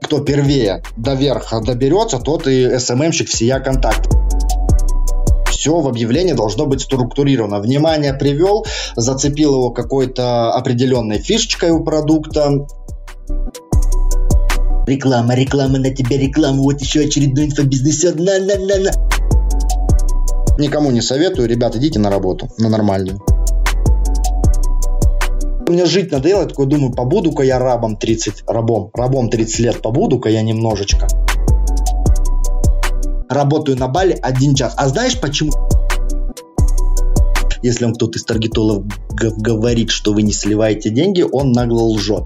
кто первее до верха доберется, тот и СММщик всея контакт. Все в объявлении должно быть структурировано. Внимание привел, зацепил его какой-то определенной фишечкой у продукта. Реклама на тебе, реклама, вот еще очередной инфобизнесер, на. Никому не советую, ребят, идите на работу, на нормальную. Мне жить надоело, я такой думаю, побуду-ка я рабом 30 лет, побуду-ка я немножечко. Работаю на Бали 1 час. А знаешь почему? Если вам кто-то из таргетологов говорит, что вы не сливаете деньги, он нагло лжет.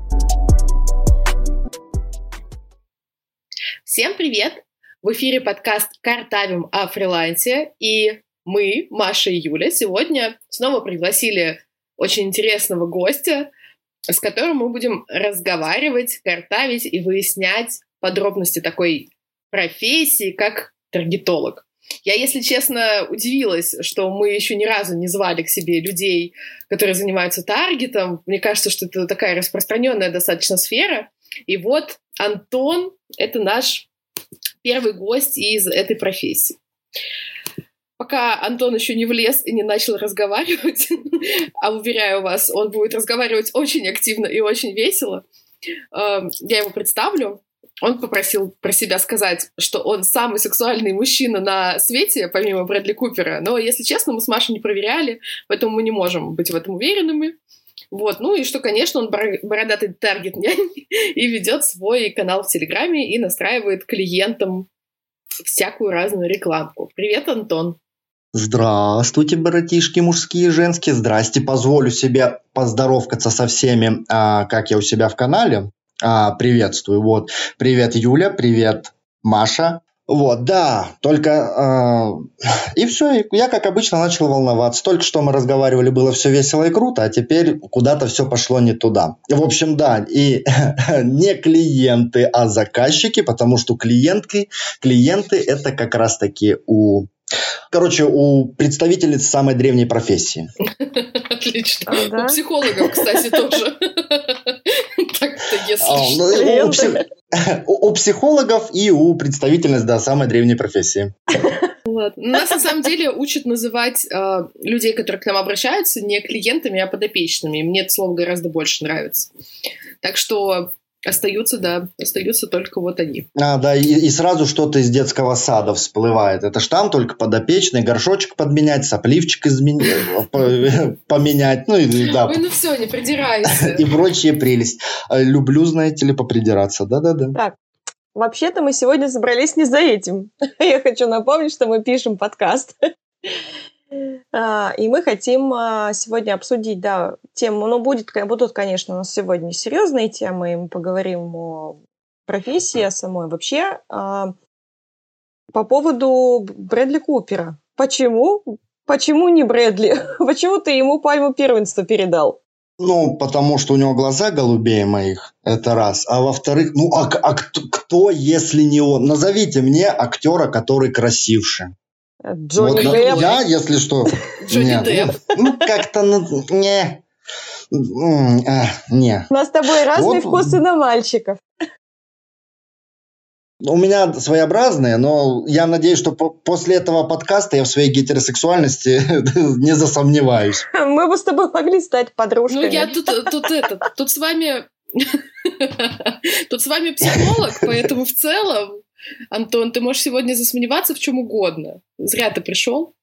Всем привет! В эфире подкаст «Картавим о фрилансе», и мы, Маша и Юля, сегодня снова пригласили очень интересного гостя, с которым мы будем разговаривать, картавить и выяснять подробности такой профессии, как таргетолог. Я, если честно, удивилась, что мы еще ни разу не звали к себе людей, которые занимаются таргетом. Мне кажется, что это такая распространенная достаточно сфера. И вот Антон — это наш первый гость из этой профессии. Пока Антон еще не влез и не начал разговаривать, а уверяю вас, он будет разговаривать очень активно и очень весело, я его представлю. Он попросил про себя сказать, что он самый сексуальный мужчина на свете, помимо Брэдли Купера. Но, если честно, мы с Машей не проверяли, поэтому мы не можем быть в этом уверенными. Вот. Ну и что, конечно, он бородатый таргет-нянь и ведет свой канал в Телеграме и настраивает клиентам всякую разную рекламку. Привет, Антон. Здравствуйте, братишки мужские и женские. Здрасте. Позволю себе поздоровкаться со всеми, как я у себя в канале. Приветствую. Вот. Привет, Юля. Привет, Маша. Вот, да, только... и все, я, как обычно, начал волноваться. Только что мы разговаривали, было все весело и круто, а теперь куда-то все пошло не туда. В общем, да, и не клиенты, а заказчики, потому что клиенты это как раз-таки у представительниц самой древней профессии. Отлично. У психологов, кстати, тоже. Так-то, если... У психологов и у представительниц, да, самой древней профессии. Ладно. Нас, на самом деле, учат называть людей, которые к нам обращаются, не клиентами, а подопечными. И мне это слово гораздо больше нравится. Так что... Остаются только вот они. Да, и сразу что-то из детского сада всплывает. Это ж там только подопечный, горшочек подменять, сопливчик поменять. Ну, и, да. Ой, ну все, не придирайся. И прочие прелесть. Люблю, знаете ли, попридираться. Да-да-да. Так, вообще-то мы сегодня собрались не за этим. Я хочу напомнить, что мы пишем подкаст. И мы хотим сегодня обсудить, да, тему, будут, конечно, у нас сегодня серьезные темы, и мы поговорим о профессии, о самой вообще. По поводу Брэдли Купера. Почему? Почему не Брэдли? Почему ты ему пальму первенства передал? Ну, потому что у него глаза голубее моих, это раз. А во-вторых, кто, если не он? Назовите мне актера, который красивше. Джонни Депп. Я, если что... Джонни Депп. Как-то... Не. У нас с тобой разные вкусы на мальчиков. У меня своеобразные, но я надеюсь, что после этого подкаста я в своей гетеросексуальности не засомневаюсь. Мы бы с тобой могли стать подружками. Ну, я тут с вами... Тут с вами психолог, поэтому в целом, Антон, ты можешь сегодня засомневаться в чем угодно. Зря ты пришел.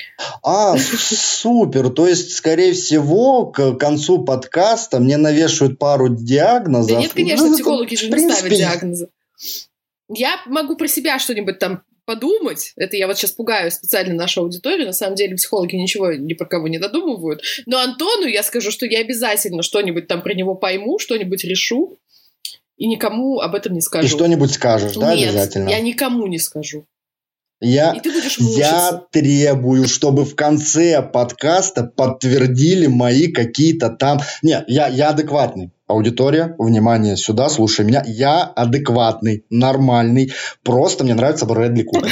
Супер. То есть, скорее всего, к концу подкаста мне навешивают пару диагнозов. Да нет, конечно, психологи же не ставят диагнозы. Я могу про себя что-нибудь там подумать. Это я вот сейчас пугаю специально нашу аудиторию. На самом деле психологи ничего ни про кого не додумывают. Но Антону я скажу, что я обязательно что-нибудь там про него пойму, что-нибудь решу. И никому об этом не скажу. И что-нибудь скажешь, да, Нет, обязательно? Я никому не скажу. Я И ты будешь мучиться. Я требую, чтобы в конце подкаста подтвердили мои какие-то там... Нет, я адекватный. Аудитория, внимание, сюда, слушай меня. Я адекватный, нормальный. Просто мне нравится Брэдли Купер.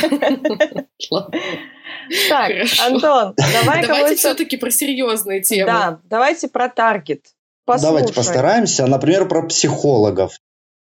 Так, Антон, давайте все-таки про серьезные темы. Да, давайте про таргет. Давайте постараемся. Например, про психологов.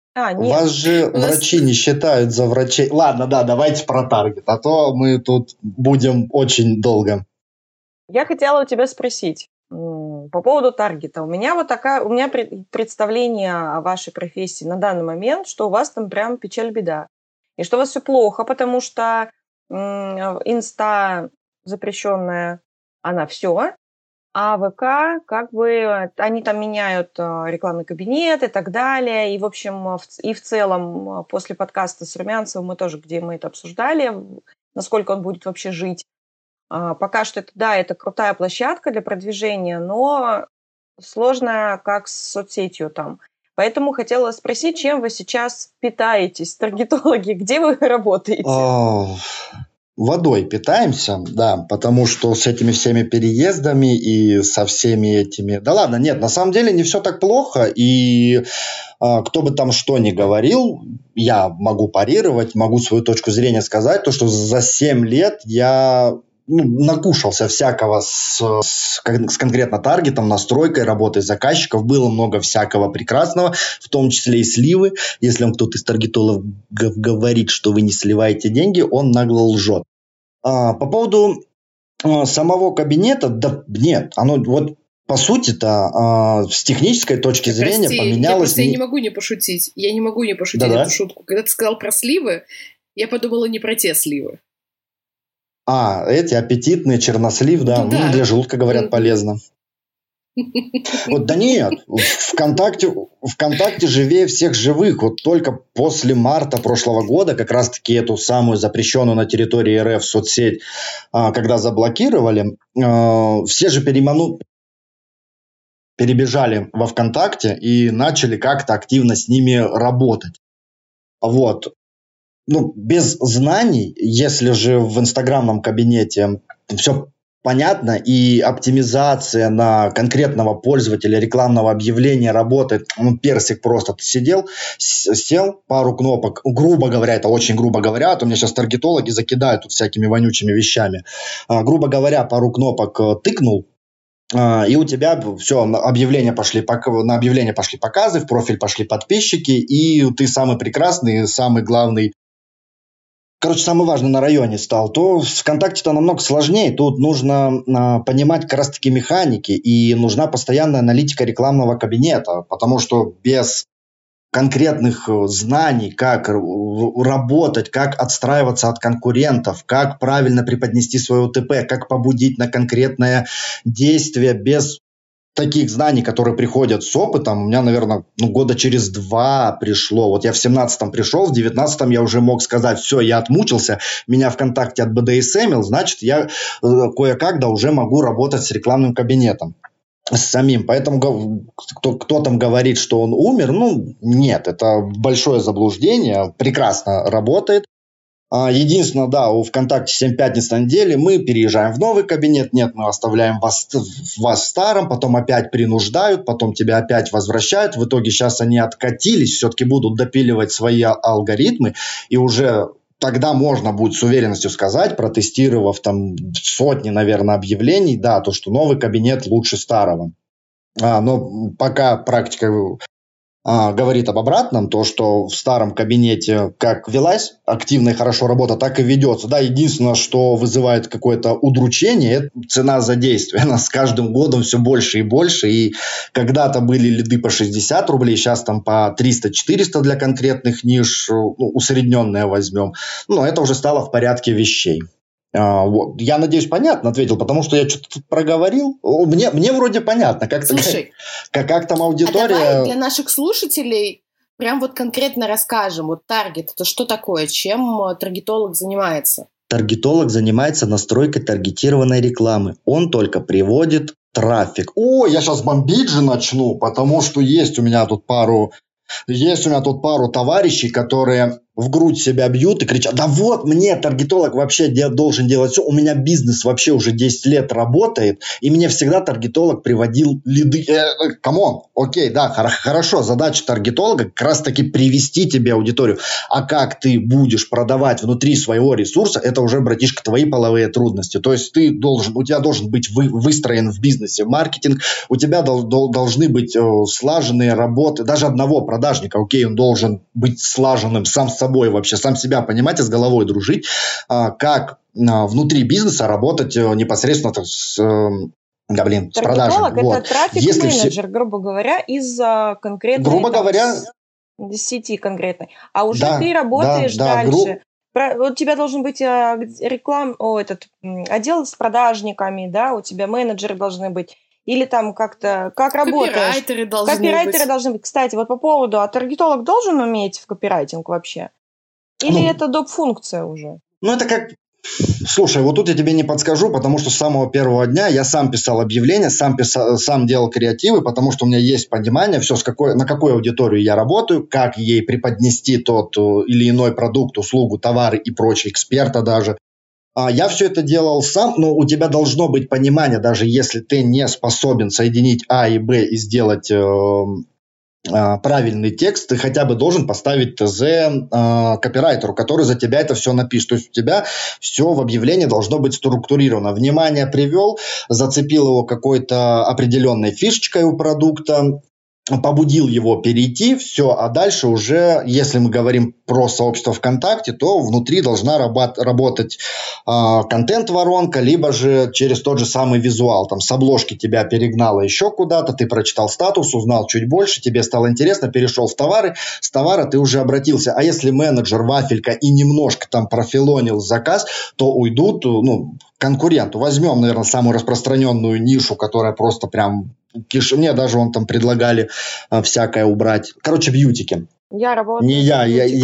Нет. Вас же врачи не считают за врачей. Ладно, да, давайте про таргет, а то мы тут будем очень долго. Я хотела у тебя спросить по поводу таргета. У меня представление о вашей профессии на данный момент, что у вас там прям печаль-беда. И что у вас все плохо, потому что инста запрещенная, она все. А ВК, как бы, они там меняют рекламный кабинет и так далее. И, в общем, и в целом, после подкаста с Румянцевым мы тоже, где мы это обсуждали, насколько он будет вообще жить. Пока что это крутая площадка для продвижения, но сложная, как с соцсетью там. Поэтому хотела спросить, чем вы сейчас питаетесь, таргетологи, где вы работаете? Водой питаемся, да, потому что с этими всеми переездами и со всеми этими... Да ладно, нет, на самом деле не все так плохо, и кто бы там что ни говорил, я могу парировать, могу свою точку зрения сказать, то, что за 7 лет я накушался всякого с конкретно таргетом, настройкой, работой заказчиков. Было много всякого прекрасного, в том числе и сливы. Если вам кто-то из таргетологов говорит, что вы не сливаете деньги, он нагло лжет. По поводу самого кабинета, да нет, оно вот по сути-то с технической точки зрения поменялось. Я не могу не пошутить. Я не могу не пошутить эту шутку. Когда ты сказал про сливы, я подумала не про те сливы. Эти аппетитные, чернослив, да. Для желудка, говорят, полезно. Вот, да нет, ВКонтакте живее всех живых. Вот только после марта прошлого года, как раз-таки эту самую запрещенную на территории РФ соцсеть, когда заблокировали, все же перебежали во ВКонтакте и начали как-то активно с ними работать. Вот. Без знаний, если же в инстаграмном кабинете все понятно и оптимизация на конкретного пользователя рекламного объявления работает, персик просто, ты сел, пару кнопок, грубо говоря, это очень грубо говоря, а то меня сейчас таргетологи закидают тут всякими вонючими вещами, грубо говоря, пару кнопок тыкнул, и у тебя все, на объявления пошли показы, в профиль пошли подписчики, и ты самый прекрасный, самый главный, самый важный на районе стал, то в ВКонтакте-то намного сложнее. Тут нужно понимать как раз-таки механики, и нужна постоянная аналитика рекламного кабинета, потому что без конкретных знаний, как работать, как отстраиваться от конкурентов, как правильно преподнести свое УТП, как побудить на конкретное действие, без таких знаний, которые приходят с опытом, у меня, наверное, года через 2 пришло. Вот я в 17-м пришел, в 19-м я уже мог сказать, все, я отмучился, меня ВКонтакте от БДСМил, значит, я кое-как уже могу работать с рекламным кабинетом. С самим. Поэтому кто там говорит, что он умер, нет, это большое заблуждение, прекрасно работает. Единственное, да, у ВКонтакте 7 пятниц на неделе, мы переезжаем в новый кабинет, нет, мы оставляем вас в старом, потом опять принуждают, потом тебя опять возвращают, в итоге сейчас они откатились, все-таки будут допиливать свои алгоритмы, и уже тогда можно будет с уверенностью сказать, протестировав там сотни, наверное, объявлений, да, то, что новый кабинет лучше старого. Но пока практика говорит об обратном, то, что в старом кабинете как велась активная и хорошо работа, так и ведется. Да, единственное, что вызывает какое-то удручение, это цена за действие. Она с каждым годом все больше и больше. И когда-то были лиды по 60 рублей, сейчас там по 300-400 для конкретных ниш, усредненное возьмем. Но это уже стало в порядке вещей. Вот. Я надеюсь, понятно ответил, потому что я что-то тут проговорил. Мне вроде понятно, как там аудитория. А давай для наших слушателей прям вот конкретно расскажем. Вот таргет, это что такое? Чем таргетолог занимается? Таргетолог занимается настройкой таргетированной рекламы. Он только приводит трафик. Я сейчас бомбить же начну, потому что есть у меня тут пару товарищей, которые в грудь себя бьют и кричат: да вот, мне таргетолог вообще должен делать все, у меня бизнес вообще уже 10 лет работает, и мне всегда таргетолог приводил лиды. Камон, окей, да, хорошо, задача таргетолога как раз таки привести тебе аудиторию, а как ты будешь продавать внутри своего ресурса, это уже, братишка, твои половые трудности. То есть у тебя должен быть выстроен в бизнесе маркетинг, у тебя должны быть слаженные работы, даже одного продажника, окей, он должен быть слаженным сам с собой вообще, сам себя понимать и с головой дружить, как внутри бизнеса работать непосредственно с продажами. Таргетолог – это трафик-менеджер, грубо говоря, из конкретной сети конкретной. А уже ты работаешь дальше. У тебя должен быть отдел с продажниками, да, у тебя менеджеры должны быть. Или там как-то, как работаешь. Копирайтеры должны быть. Кстати, вот по поводу, а таргетолог должен уметь в копирайтинг вообще? Или это доп-функция уже? Это как... Слушай, вот тут я тебе не подскажу, потому что с самого первого дня я сам писал объявления, сам делал креативы, потому что у меня есть понимание, на какую аудиторию я работаю, как ей преподнести тот или иной продукт, услугу, товары и прочее, эксперта даже. Я все это делал сам, но у тебя должно быть понимание, даже если ты не способен соединить А и Б и сделать правильный текст, ты хотя бы должен поставить ТЗ копирайтеру, который за тебя это все напишет. То есть у тебя все в объявлении должно быть структурировано. Внимание привел, зацепил его какой-то определенной фишечкой у продукта, побудил его перейти, все, а дальше уже, если мы говорим про сообщество ВКонтакте, то внутри должна работать контент-воронка, либо же через тот же самый визуал, там с обложки тебя перегнало еще куда-то, ты прочитал статус, узнал чуть больше, тебе стало интересно, перешел в товары, с товара ты уже обратился, а если менеджер, вафелька и немножко там профилонил заказ, то уйдут, конкуренту. Возьмем, наверное, самую распространенную нишу, которая просто прям... Мне даже там предлагали всякое убрать. Короче, бьютики. Я работаю. Не я.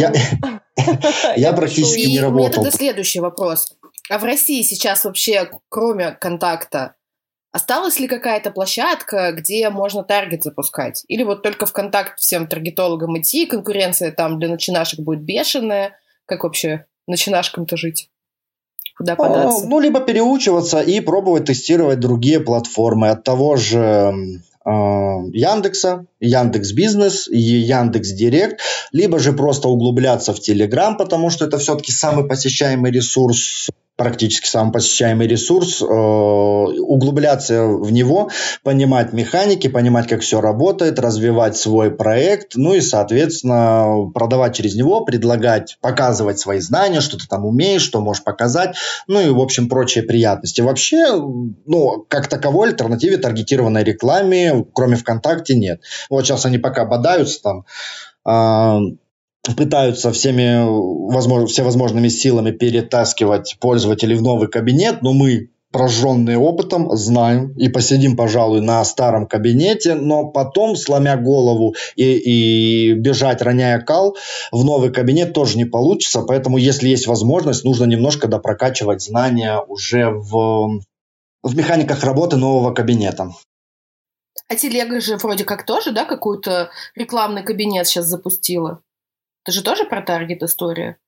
Я практически не работал. У меня тогда следующий вопрос. А в России сейчас вообще, кроме контакта, осталась ли какая-то площадка, где можно таргет запускать? Или вот только ВКонтакт всем таргетологам идти, конкуренция там для начинашек будет бешеная? Как вообще начинашкам-то жить? Куда податься? Либо переучиваться и пробовать тестировать другие платформы. От того же Яндекса, Яндекс.Бизнес, Яндекс.Директ, либо же просто углубляться в Телеграм, потому что это все-таки самый посещаемый ресурс, практически самый посещаемый ресурс, углубляться в него, понимать механики, понимать, как все работает, развивать свой проект, и, соответственно, продавать через него, предлагать, показывать свои знания, что ты там умеешь, что можешь показать, и, в общем, прочие приятности. Вообще, как таковой альтернативе таргетированной рекламе, кроме ВКонтакте, нет. Вот сейчас они пока бодаются там, пытаются всевозможными силами перетаскивать пользователей в новый кабинет, но мы, прожженные опытом, знаем и посидим, пожалуй, на старом кабинете, но потом, сломя голову и бежать, роняя кал, в новый кабинет тоже не получится, поэтому, если есть возможность, нужно немножко допрокачивать знания уже в механиках работы нового кабинета. А Телега же вроде как тоже, да, какой-то рекламный кабинет сейчас запустила? Это же тоже про таргет история?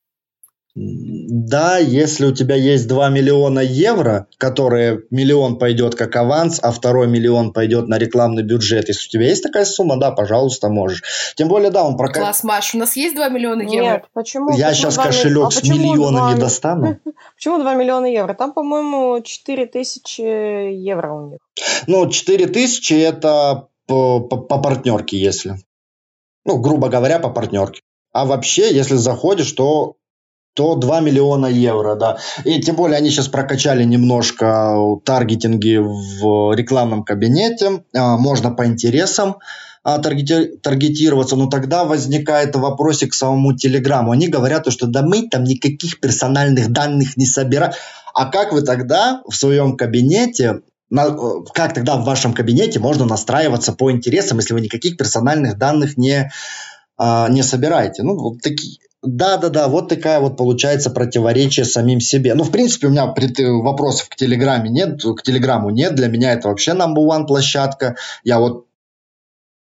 Да, если у тебя есть 2 миллиона евро, которые 1 миллион пойдет как аванс, а 2 миллион пойдет на рекламный бюджет. Если у тебя есть такая сумма, да, пожалуйста, можешь. Тем более, да, он прокатит. Класс, Маш, у нас есть 2 миллиона евро? Нет, почему? Я сейчас кошелек с миллионами достану. Почему 2 миллиона евро? Там, по-моему, 4000 евро у них. 4000 это по партнерке, если. Грубо говоря, по партнерке. А вообще, если заходишь, то 2 миллиона евро, да. И тем более они сейчас прокачали немножко таргетинги в рекламном кабинете. Можно по интересам таргетироваться, но тогда возникает вопросик к самому Телеграму. Они говорят, что да мы там никаких персональных данных не собираем. А как вы тогда в своем кабинете, как тогда в вашем кабинете можно настраиваться по интересам, если вы никаких персональных данных не собираете? Вот такие. Да, вот такая вот получается противоречие самим себе. В принципе, у меня вопросов к Телеграму нет. Для меня это вообще number one площадка. Я вот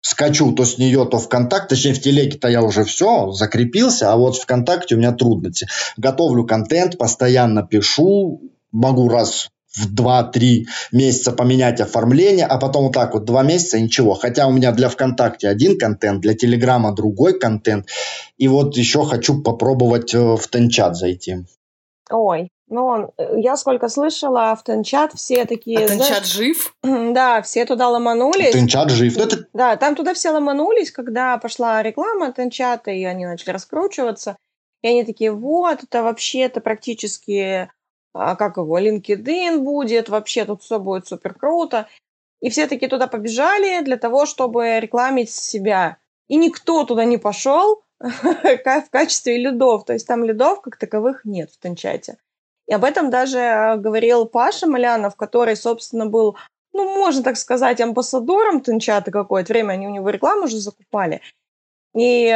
скачу то с нее, то ВКонтакте. Точнее, в телеге-то я уже все, закрепился, а вот ВКонтакте у меня трудности. Готовлю контент, постоянно пишу, могу раз в 2-3 месяца поменять оформление, а потом вот так вот 2 месяца ничего. Хотя у меня для ВКонтакте один контент, для Телеграма другой контент. И вот еще хочу попробовать в Тенчат зайти. Ой, ну, я сколько слышала, в Тенчат все такие... А Тенчат жив? Да, все туда ломанулись. Тенчат жив. Да, там туда все ломанулись, когда пошла реклама Тенчата, и они начали раскручиваться. И они такие, вот, это вообще-то практически, как его, LinkedIn будет, вообще тут все будет супер круто. И все таки туда побежали для того, чтобы рекламить себя. И никто туда не пошел в качестве лидов. То есть там лидов как таковых нет в Тенчате. И об этом даже говорил Паша Малянов, который, собственно, был, ну, можно так сказать, амбассадором Тенчата какое-то время. Они у него рекламу уже закупали. И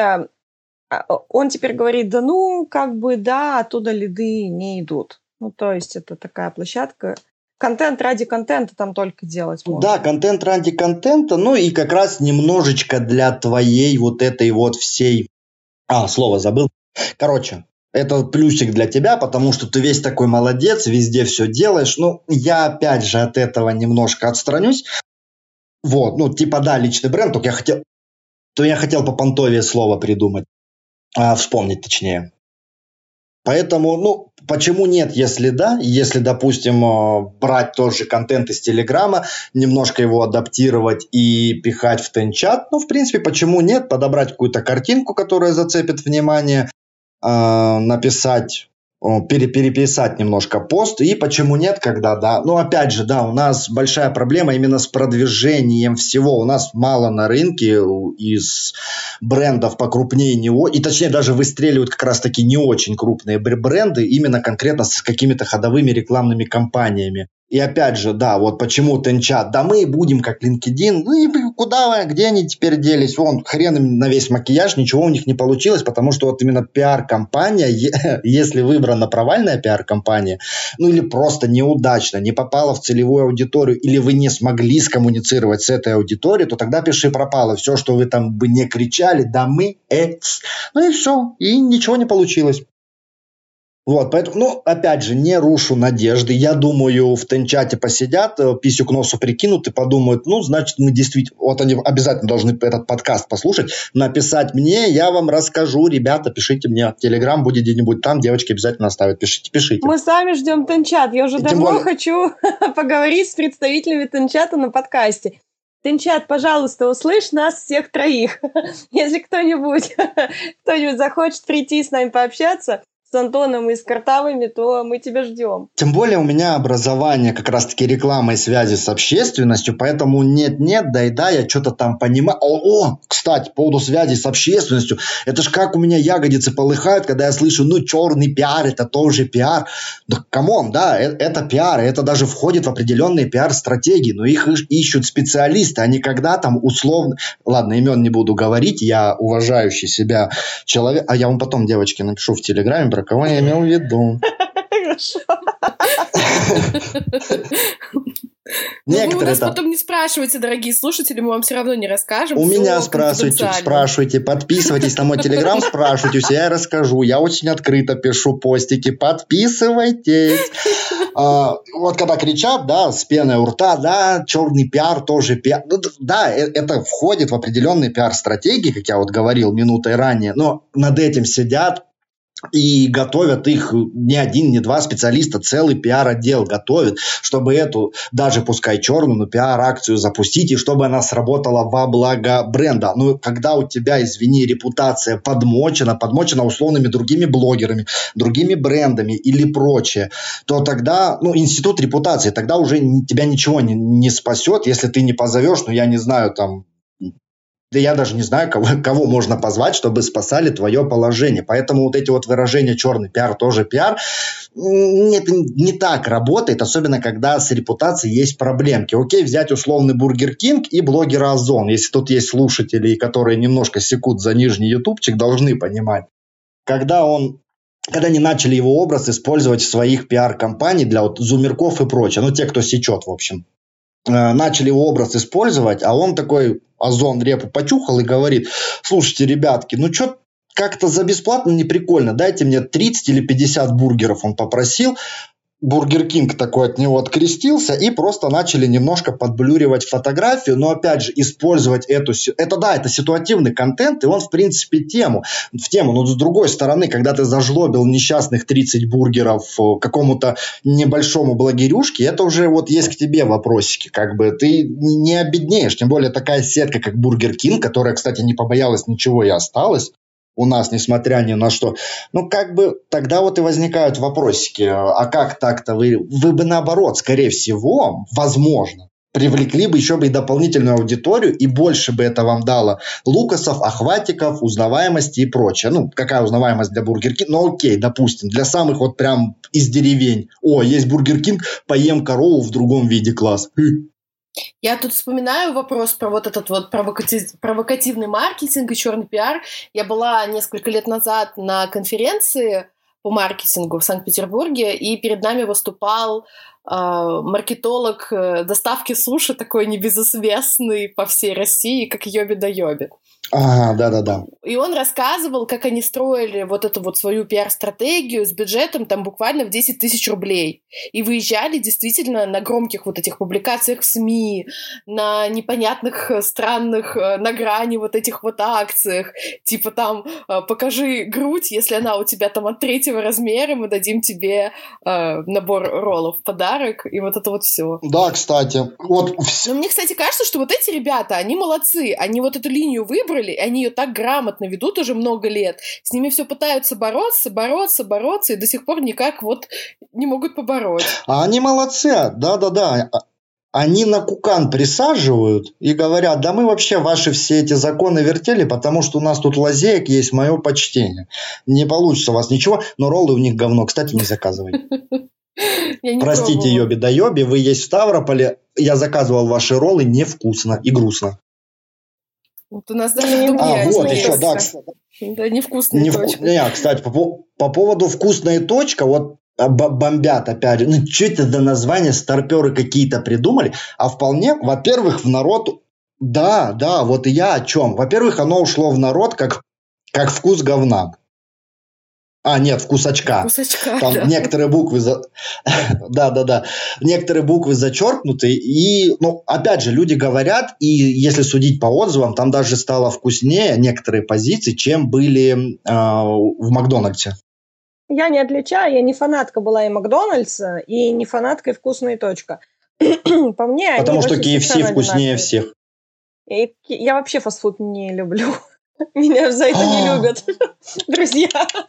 он теперь говорит, да ну, как бы, да, оттуда лиды не идут. Ну, то есть это такая площадка. Контент ради контента там только делать можно. Да, контент ради контента, ну и как раз немножечко для твоей вот этой вот всей... слово забыл. Короче, это плюсик для тебя, потому что ты весь такой молодец, везде все делаешь. Ну, я опять же от этого немножко отстранюсь. Вот, ну, типа, да, личный бренд, только я хотел по понтовее слово придумать. Вспомнить точнее. Поэтому, ну, почему нет, если да, если, допустим, брать тот же контент из Телеграма, немножко его адаптировать и пихать в Тенчат, ну, в принципе, почему нет, подобрать какую-то картинку, которая зацепит внимание, написать, переписать немножко пост, и почему нет, когда, да, ну, опять же, да, у нас большая проблема именно с продвижением всего, у нас мало на рынке из брендов покрупнее него, и точнее даже выстреливают как раз таки не очень крупные бренды, именно конкретно с какими-то ходовыми рекламными кампаниями. И опять же, да, вот почему Тенчат, да мы будем как LinkedIn, ну и куда, где они теперь делись, вон, хрен им на весь макияж, ничего у них не получилось, потому что вот именно пиар-компания, если выбрана провальная пиар-компания, ну или просто неудачно, не попала в целевую аудиторию, или вы не смогли скоммуницировать с этой аудиторией, то тогда пиши пропало, все, что вы там бы не кричали, да мы, ну и все, и ничего не получилось. Вот, поэтому, ну, опять же, не рушу надежды. Я думаю, в Тенчате посидят, писю к носу прикинут и подумают, ну, значит, мы действительно... Вот они обязательно должны этот подкаст послушать, написать мне, я вам расскажу. Ребята, пишите мне. Телеграм будет где-нибудь там, девочки обязательно оставят. Пишите. Мы сами ждем Тенчат. Я уже давно хочу поговорить с представителями Тенчата на подкасте. Тенчат, пожалуйста, услышь нас всех троих. Если кто-нибудь захочет прийти с нами пообщаться, с Антоном и с Картавыми, то мы тебя ждем. Тем более у меня образование как раз-таки рекламой связи с общественностью, поэтому нет-нет, да и да, я что-то там понимаю. Кстати, по поводу связи с общественностью, это ж как у меня ягодицы полыхают, когда я слышу, ну, черный пиар, это тоже пиар. Да, камон, да, это пиар, это даже входит в определенные пиар-стратегии, но их ищут специалисты, а не когда там условно... Ладно, имен не буду говорить, я уважающий себя человек, а я вам потом, девочки, напишу в Телеграме, про кого я имел в виду. Хорошо. Вы у нас потом не спрашивайте, дорогие слушатели, мы вам все равно не расскажем. У меня спрашивайте, подписывайтесь на мой Телеграм, спрашивайте, я расскажу. Я очень открыто пишу постики, подписывайтесь. Вот когда кричат, да, с пеной у рта, да, черный пиар тоже пиар. Да, это входит в определенные пиар-стратегии, как я вот говорил минутой ранее, но над этим сидят и готовят их не один, не два специалиста, целый пиар-отдел готовит, чтобы эту, даже пускай черную, но пиар-акцию запустить, и чтобы она сработала во благо бренда. Ну, когда у тебя, извини, репутация подмочена условными другими блогерами, другими брендами или прочее, то тогда, ну, институт репутации, тогда уже тебя ничего не спасет, если ты не позовешь, ну, я не знаю, там, да я даже не знаю, кого можно позвать, чтобы спасали твое положение. Поэтому вот эти вот выражения «черный пиар» тоже пиар, это не так работает, особенно когда с репутацией есть проблемки. Окей, взять условный Бургер Кинг и блогера Озон. Если тут есть слушатели, которые немножко секут за нижний ютубчик, должны понимать. Когда они начали его образ использовать в своих пиар-компаниях для вот зумерков и прочее, ну, те, кто сечет, в общем. начали его образ использовать, а он такой озон репу почухал и говорит: слушайте, ребятки, ну что как-то за бесплатно не прикольно, дайте мне 30 или 50 бургеров, он попросил. Бургер Кинг такой от него открестился, и просто начали немножко подблюривать фотографию, но опять же использовать это ситуативный контент, и он в принципе в тему. Но с другой стороны, когда ты зажлобил несчастных 30 бургеров какому-то небольшому блогерюшке, это уже вот есть к тебе вопросики, как бы ты не обеднеешь, тем более такая сетка, как Бургер Кинг, которая, кстати, не побоялась ничего и осталась у нас, несмотря ни на что. Ну, как бы, тогда вот и возникают вопросики. А как так-то вы бы наоборот, скорее всего, возможно, привлекли бы еще бы и дополнительную аудиторию, и больше бы это вам дало лукасов, охватиков, узнаваемости и прочее. Ну, какая узнаваемость для Бургер Кинга? Ну, окей, допустим, для самых вот прям из деревень. О, есть Бургер Кинг, поем корову в другом виде, класс. Я тут вспоминаю вопрос про вот этот вот провокативный маркетинг и черный пиар. Я была несколько лет назад на конференции по маркетингу в Санкт-Петербурге, и перед нами выступал маркетолог доставки суши, такой небезызвестный по всей России, как Йоби да Йоби. Ага, да-да-да. И он рассказывал, как они строили вот эту вот свою пиар-стратегию с бюджетом там буквально в 10 тысяч рублей. И выезжали действительно на громких вот этих публикациях в СМИ, на непонятных, странных, на грани вот этих вот акциях. Типа там покажи грудь, если она у тебя там от 3-го размера, мы дадим тебе набор роллов в подарок. И вот это вот все. Да, кстати. Вот. Но мне, кстати, кажется, что вот эти ребята, они молодцы. Они вот эту линию выбрали, они ее так грамотно ведут уже много лет. С ними все пытаются бороться, и до сих пор никак вот не могут побороть. А они молодцы, да-да-да. Они на кукан присаживают и говорят: да мы вообще ваши все эти законы вертели, потому что у нас тут лазеек есть, мое почтение. Не получится у вас ничего, но роллы у них говно. Кстати, не заказывай. Простите, Йоби да Йоби, вы есть в Ставрополе. Я заказывал ваши роллы, невкусно и грустно. Вот у нас даже в Дубне вот еще, да. Да, невкусная точка. Кстати, по поводу вкусная точка, вот бомбят опять же. Ну, что это за название, старперы какие-то придумали, а вполне, во-первых, в народ, да, вот и я о чем. Во-первых, оно ушло в народ как вкус говна. Нет, вкус очка. Там да. Некоторые буквы да. Некоторые буквы зачеркнуты. И, опять же, люди говорят, и если судить по отзывам, там даже стало вкуснее некоторые позиции, чем были в Макдональдсе. Я не отличаю, я не фанатка была и Макдональдса, и не фанатка и вкусная точка. По мне, потому что KFC вкуснее всех. И я вообще фастфуд не люблю. Меня за это не любят, друзья.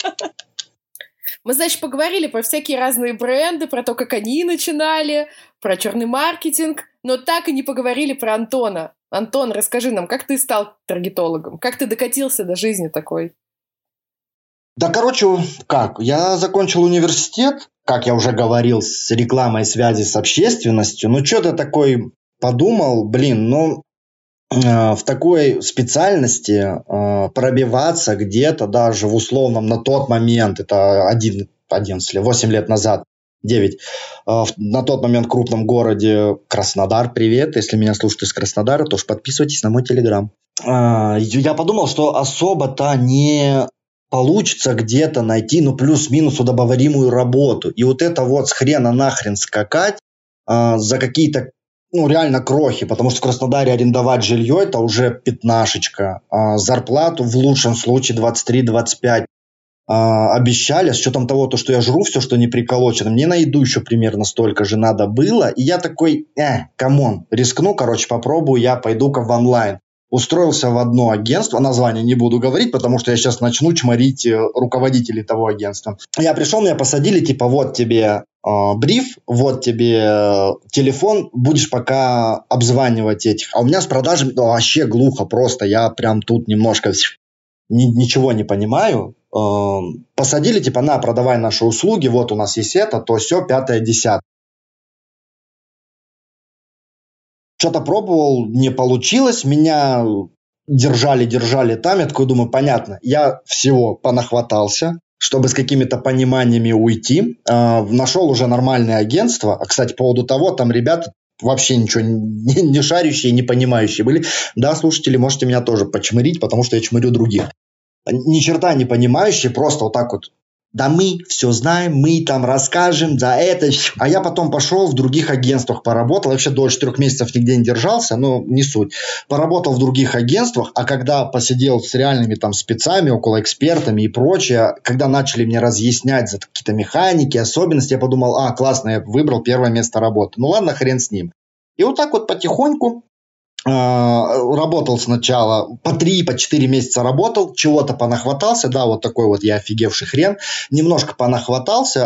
Мы, значит, поговорили про всякие разные бренды, про то, как они начинали, про черный маркетинг, но так и не поговорили про Антона. Антон, расскажи нам, как ты стал таргетологом? Как ты докатился до жизни такой? Да, короче, как? Я закончил университет, как я уже говорил, с рекламой связи с общественностью. Что-то такой подумал, в такой специальности пробиваться где-то даже в условном на тот момент, это 8 лет назад, 9, на тот момент крупном городе Краснодар, привет, если меня слушают из Краснодара, то подписывайтесь на мой телеграм. Я подумал, что особо-то не получится где-то найти, плюс-минус удобоваримую работу. И вот это вот с хрена нахрен скакать за какие-то реально крохи, потому что в Краснодаре арендовать жилье – это уже пятнашечка. Зарплату в лучшем случае 23-25 обещали. С учетом того, что я жру все, что не приколочено, мне на еду еще примерно столько же надо было. И я такой, камон, рискну, попробую, я пойду-ка в онлайн. Устроился в одно агентство, название не буду говорить, потому что я сейчас начну чморить руководителей того агентства. Я пришел, меня посадили, вот тебе бриф, вот тебе телефон, будешь пока обзванивать этих. А у меня с продажами вообще глухо просто, я прям тут немножко ничего не понимаю. Посадили, на, продавай наши услуги, вот у нас есть это, то все, 5-10. Что-то пробовал, не получилось, меня держали там, я такой думаю, понятно, я всего понахватался, чтобы с какими-то пониманиями уйти. Нашел уже нормальное агентство. Кстати, по поводу того, там ребята вообще ничего не шарящие, не понимающие были. Да, слушатели, можете меня тоже почмырить, потому что я чмырю других. Ни черта не понимающие, просто вот так вот. Да мы все знаем, мы там расскажем за это. А я потом пошел в других агентствах поработал. Вообще дольше 3 месяцев нигде не держался, но не суть. Поработал в других агентствах, а когда посидел с реальными там спецами, около экспертами и прочее, когда начали мне разъяснять за какие-то механики, особенности, я подумал, классно, я выбрал первое место работы. Ну ладно, хрен с ним. И вот так вот потихоньку работал сначала по 3-4 месяца работал, чего-то понахватался, да, вот такой вот я офигевший хрен, немножко понахватался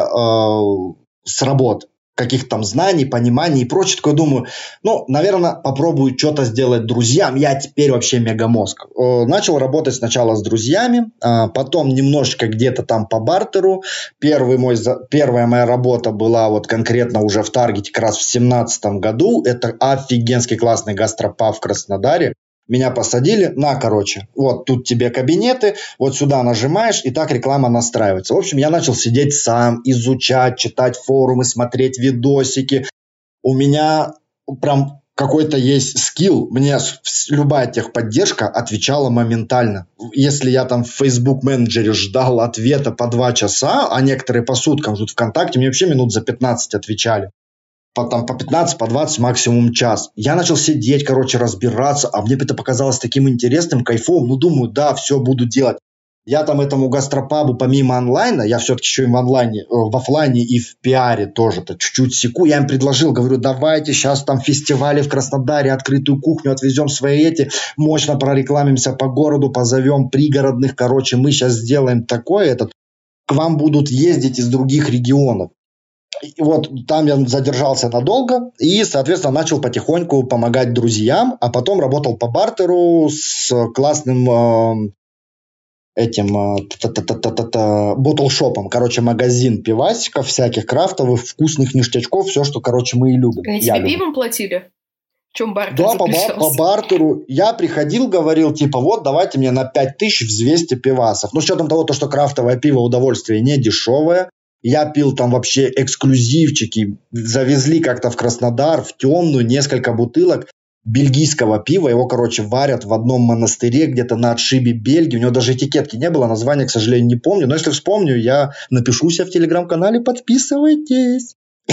с работ, каких-то там знаний, пониманий и прочее, такое думаю, наверное, попробую что-то сделать друзьям, я теперь вообще мегамозг. Начал работать сначала с друзьями, потом немножечко где-то там по бартеру. Первая моя работа была вот конкретно уже в Таргете как раз в 2017 году, это офигенский классный гастропаб в Краснодаре. Меня посадили вот тут тебе кабинеты, вот сюда нажимаешь, и так реклама настраивается. В общем, я начал сидеть сам, изучать, читать форумы, смотреть видосики. У меня прям какой-то есть скилл. Мне любая техподдержка отвечала моментально. Если я там в Facebook менеджере ждал ответа по 2 часа, а некоторые по суткам ждут ВКонтакте, мне вообще минут за 15 отвечали. По 15, по 20, максимум час. Я начал сидеть, разбираться, а мне это показалось таким интересным, кайфовым. Думаю, да, все буду делать. Я там этому гастропабу помимо онлайна, я все-таки еще и в офлайне и в пиаре тоже-то чуть-чуть секу. Я им предложил, говорю, давайте сейчас там фестивали в Краснодаре, открытую кухню отвезем свои мощно прорекламимся по городу, позовем пригородных, мы сейчас сделаем такое, к вам будут ездить из других регионов. И вот там я задержался надолго и, соответственно, начал потихоньку помогать друзьям, а потом работал по бартеру с классным ботлшопом, магазин пивасиков, всяких крафтовых, вкусных ништячков, все, что, мы и любим. Они тебе пивом платили? В чем бартер заключался? Да, по бартеру. Я приходил, говорил, вот, давайте мне на 5000 взвесьте пивасов. С учетом того, что крафтовое пиво удовольствие не дешевое. Я пил там вообще эксклюзивчики. Завезли как-то в Краснодар, в темную, несколько бутылок бельгийского пива. Его, варят в одном монастыре, где-то на отшибе Бельгии. У него даже этикетки не было, название, к сожалению, не помню. Но если вспомню, я напишу себя в телеграм-канале, подписывайтесь.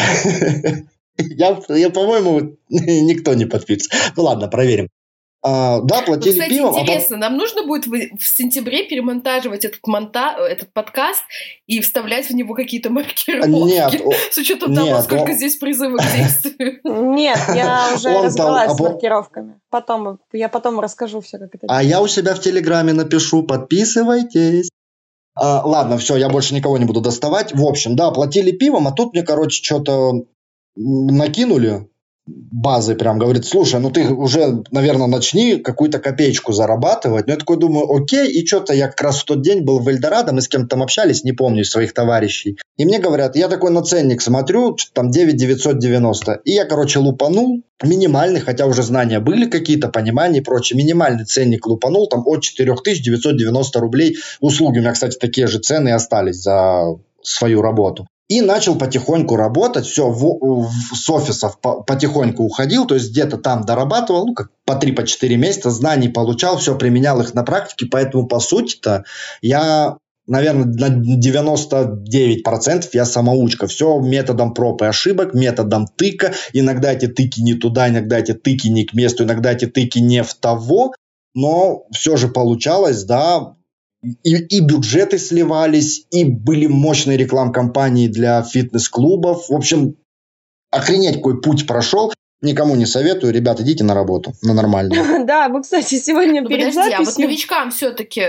Я, по-моему, никто не подпишется. Ладно, проверим. Да, платили кстати, пивом. Интересно, нам нужно будет в сентябре перемонтаживать этот подкаст и вставлять в него какие-то маркировки? Нет. С учетом того, сколько здесь призывов к действию. Нет, я уже разобралась с маркировками. Я потом расскажу все, как это. А я у себя в Телеграме напишу, подписывайтесь. Ладно, все, я больше никого не буду доставать. В общем, да, платили пивом, а тут мне, что-то накинули. Базы прям говорит, слушай, ты уже, наверное, начни какую-то копеечку зарабатывать. Я такой думаю, окей, и что-то я как раз в тот день был в Эльдорадо, мы с кем-то там общались, не помню, из своих товарищей. И мне говорят, я такой на ценник смотрю, там 9,990. И я, лупанул, минимальный, хотя уже знания были какие-то, понимания и прочее, минимальный ценник лупанул, там от 4990 рублей. Услуги у меня, кстати, такие же цены остались за свою работу. И начал потихоньку работать, все, с офисов потихоньку уходил, то есть где-то там дорабатывал, как по 3-4 месяца, знаний получал, все, применял их на практике, поэтому, по сути-то, я, наверное, на 99% я самоучка, все методом проб и ошибок, методом тыка, иногда эти тыки не туда, иногда эти тыки не к месту, иногда эти тыки не в того, но все же получалось, да. И бюджеты сливались, и были мощные реклам-кампании для фитнес-клубов. В общем, охренеть, какой путь прошел. Никому не советую. Ребят, идите на работу, на нормальную. Да, мы, кстати, сегодня перед записью... а вот новичкам все-таки...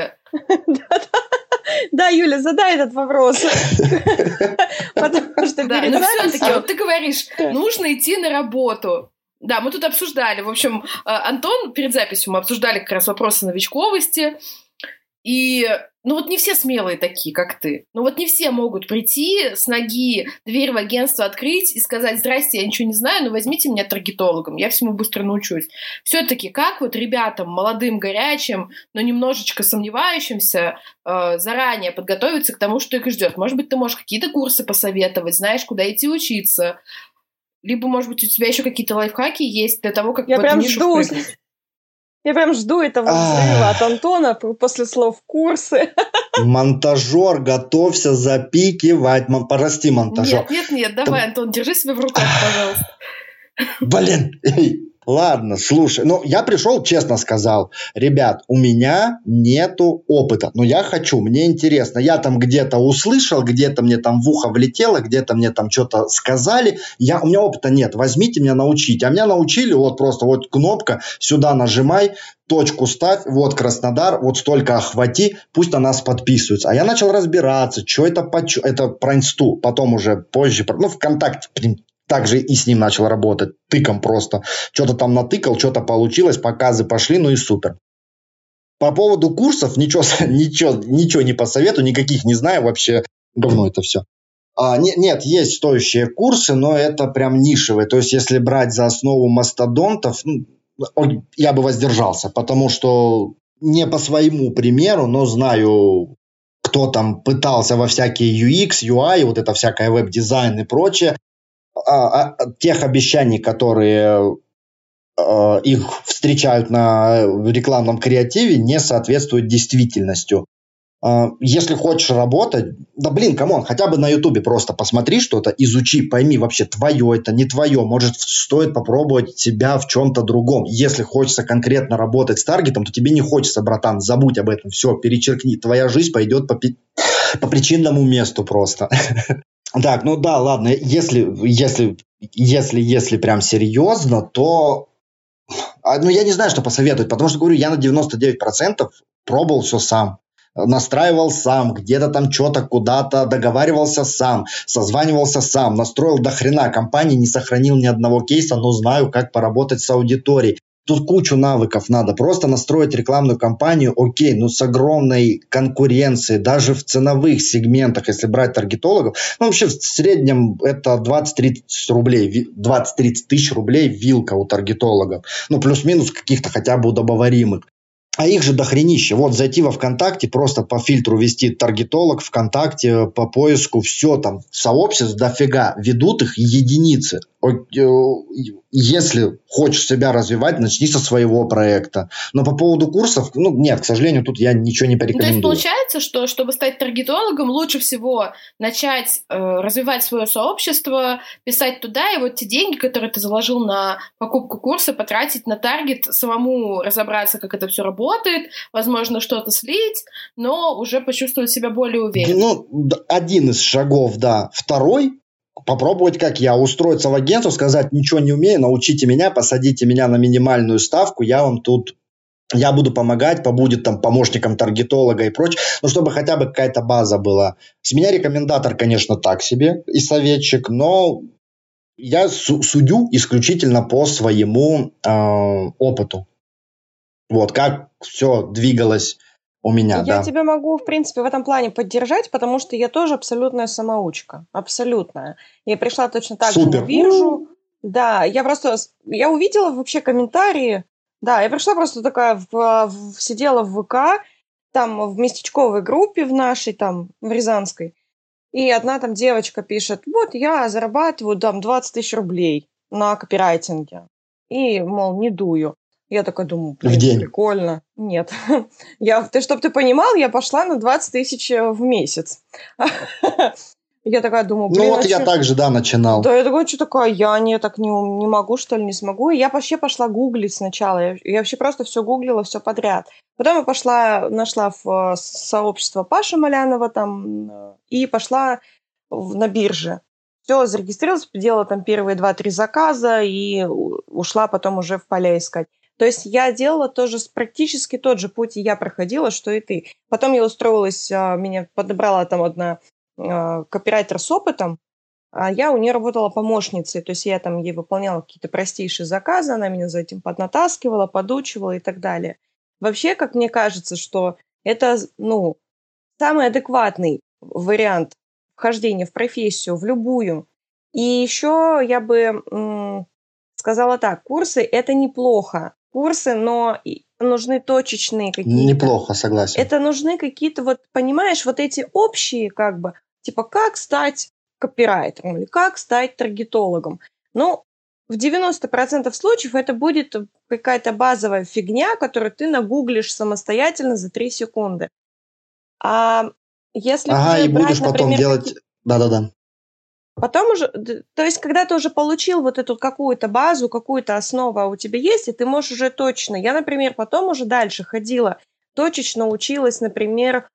Да, Юля, задай этот вопрос. Потому что перед записью... все-таки, вот ты говоришь, нужно идти на работу. Да, мы тут обсуждали. В общем, Антон, перед записью мы обсуждали как раз вопросы новичковости. И, не все смелые такие, как ты. Не все могут прийти с ноги, дверь в агентство открыть и сказать, здрасте, я ничего не знаю, но возьмите меня таргетологом, я всему быстро научусь. Все-таки как ребятам, молодым, горячим, но немножечко сомневающимся, заранее подготовиться к тому, что их ждет? Может быть, ты можешь какие-то курсы посоветовать, знаешь, куда идти учиться? либо, может быть, у тебя еще какие-то лайфхаки есть для того, как Я в прям эту нишу жду. впрыгнуть. Я прям жду этого взрыва от Антона после слов «курсы». Монтажер, готовься запикивать. Прости, монтажер. Нет, давай, Антон, держи себя в руках, пожалуйста. Блин, ладно, слушай, я пришел, честно сказал, ребят, у меня нету опыта, но я хочу, мне интересно, я там где-то услышал, где-то мне там в ухо влетело, где-то мне там что-то сказали, у меня опыта нет, возьмите меня, научите, а меня научили, вот просто вот кнопка, сюда нажимай, точку ставь, вот Краснодар, вот столько охвати, пусть на нас подписываются. А я начал разбираться, что это про инсту, потом уже позже, ВКонтакте, также и с ним начал работать, тыком просто. Что-то там натыкал, что-то получилось, показы пошли, и супер. По поводу курсов ничего не посоветую, никаких не знаю, вообще говно это все. Нет, есть стоящие курсы, но это прям нишевые. То есть, если брать за основу мастодонтов, я бы воздержался, потому что не по своему примеру, но знаю, кто там пытался во всякие UX, UI, вот это всякое веб-дизайн и прочее, тех обещаний, которые их встречают на рекламном креативе, не соответствуют действительностью. Если хочешь работать, камон, хотя бы на Ютубе просто посмотри что-то, изучи, пойми вообще, твое это, не твое. Может, стоит попробовать себя в чем-то другом. Если хочется конкретно работать с таргетом, то тебе не хочется, братан, забудь об этом, все, перечеркни. Твоя жизнь пойдет по причинному месту просто. Так, ладно, если прям серьезно, то я не знаю, что посоветовать, потому что, говорю, я на 99% пробовал все сам, настраивал сам, где-то там что-то куда-то договаривался сам, созванивался сам, настроил до хрена компании, не сохранил ни одного кейса, но знаю, как поработать с аудиторией. Тут кучу навыков надо. Просто настроить рекламную кампанию, окей, с огромной конкуренцией, даже в ценовых сегментах, если брать таргетологов. Вообще в среднем это 20-30 рублей, 20-30 тысяч рублей вилка у таргетологов. Плюс-минус каких-то хотя бы удобоваримых. А их же дохренище. Вот зайти во ВКонтакте, просто по фильтру ввести таргетолог ВКонтакте, по поиску, все там, сообществ дофига, ведут их единицы. Если хочешь себя развивать, начни со своего проекта. Но по поводу курсов, нет, к сожалению, тут я ничего не порекомендую. То есть получается, что чтобы стать таргетологом, лучше всего начать развивать свое сообщество, писать туда, и вот те деньги, которые ты заложил на покупку курса, потратить на таргет, самому разобраться, как это все работает, возможно, что-то слить, но уже почувствовать себя более уверенно. Один из шагов, да. Второй — попробовать, как я, устроиться в агентство, сказать, ничего не умею, научите меня, посадите меня на минимальную ставку, я буду помогать, побудет там помощником таргетолога и прочее, чтобы хотя бы какая-то база была. С меня рекомендатор, конечно, так себе и советчик, но я судю исключительно по своему опыту. Вот, как все двигалось у меня, Я тебя могу, в принципе, в этом плане поддержать, потому что я тоже абсолютная самоучка. Абсолютная. Я пришла точно так же на биржу. Да, я увидела вообще комментарии. Да, я пришла просто такая, сидела в ВК, там в местечковой группе в нашей, там, в Рязанской. И одна там девочка пишет, вот я зарабатываю там 20 тысяч рублей на копирайтинге. И, мол, не дую. Я такая думаю, прикольно. Нет. Чтобы ты понимал, я пошла на 20 тысяч в месяц. Я такая думаю, я так же, начинал. Да, я такая, что такое, я так не могу, что ли, не смогу. И я вообще пошла гуглить сначала. Я вообще просто все гуглила, все подряд. Потом я нашла в сообщество Паши Малянова там и пошла на бирже. Все, зарегистрировалась, делала там первые 2-3 заказа и ушла потом уже в поля искать. То есть я делала тоже практически тот же путь, и я проходила, что и ты. Потом я устроилась, меня подобрала там одна копирайтер с опытом, а я у нее работала помощницей. То есть я там ей выполняла какие-то простейшие заказы, она меня за этим поднатаскивала, подучивала и так далее. Вообще, как мне кажется, что это, самый адекватный вариант вхождения в профессию, в любую. И еще я бы сказала так, курсы – это неплохо. Курсы, но нужны точечные какие-то. Неплохо, согласен. Это нужны какие-то, понимаешь, эти общие, типа, как стать копирайтером или как стать таргетологом. в 90% случаев это будет какая-то базовая фигня, которую ты нагуглишь самостоятельно за 3 секунды. А если Ага, уже и брать, будешь потом например, делать... Да-да-да. потом уже, то есть, когда ты уже получил вот эту какую-то базу, какую-то основу у тебя есть, и ты можешь уже точно. Я, например, потом уже дальше ходила, точечно училась, например,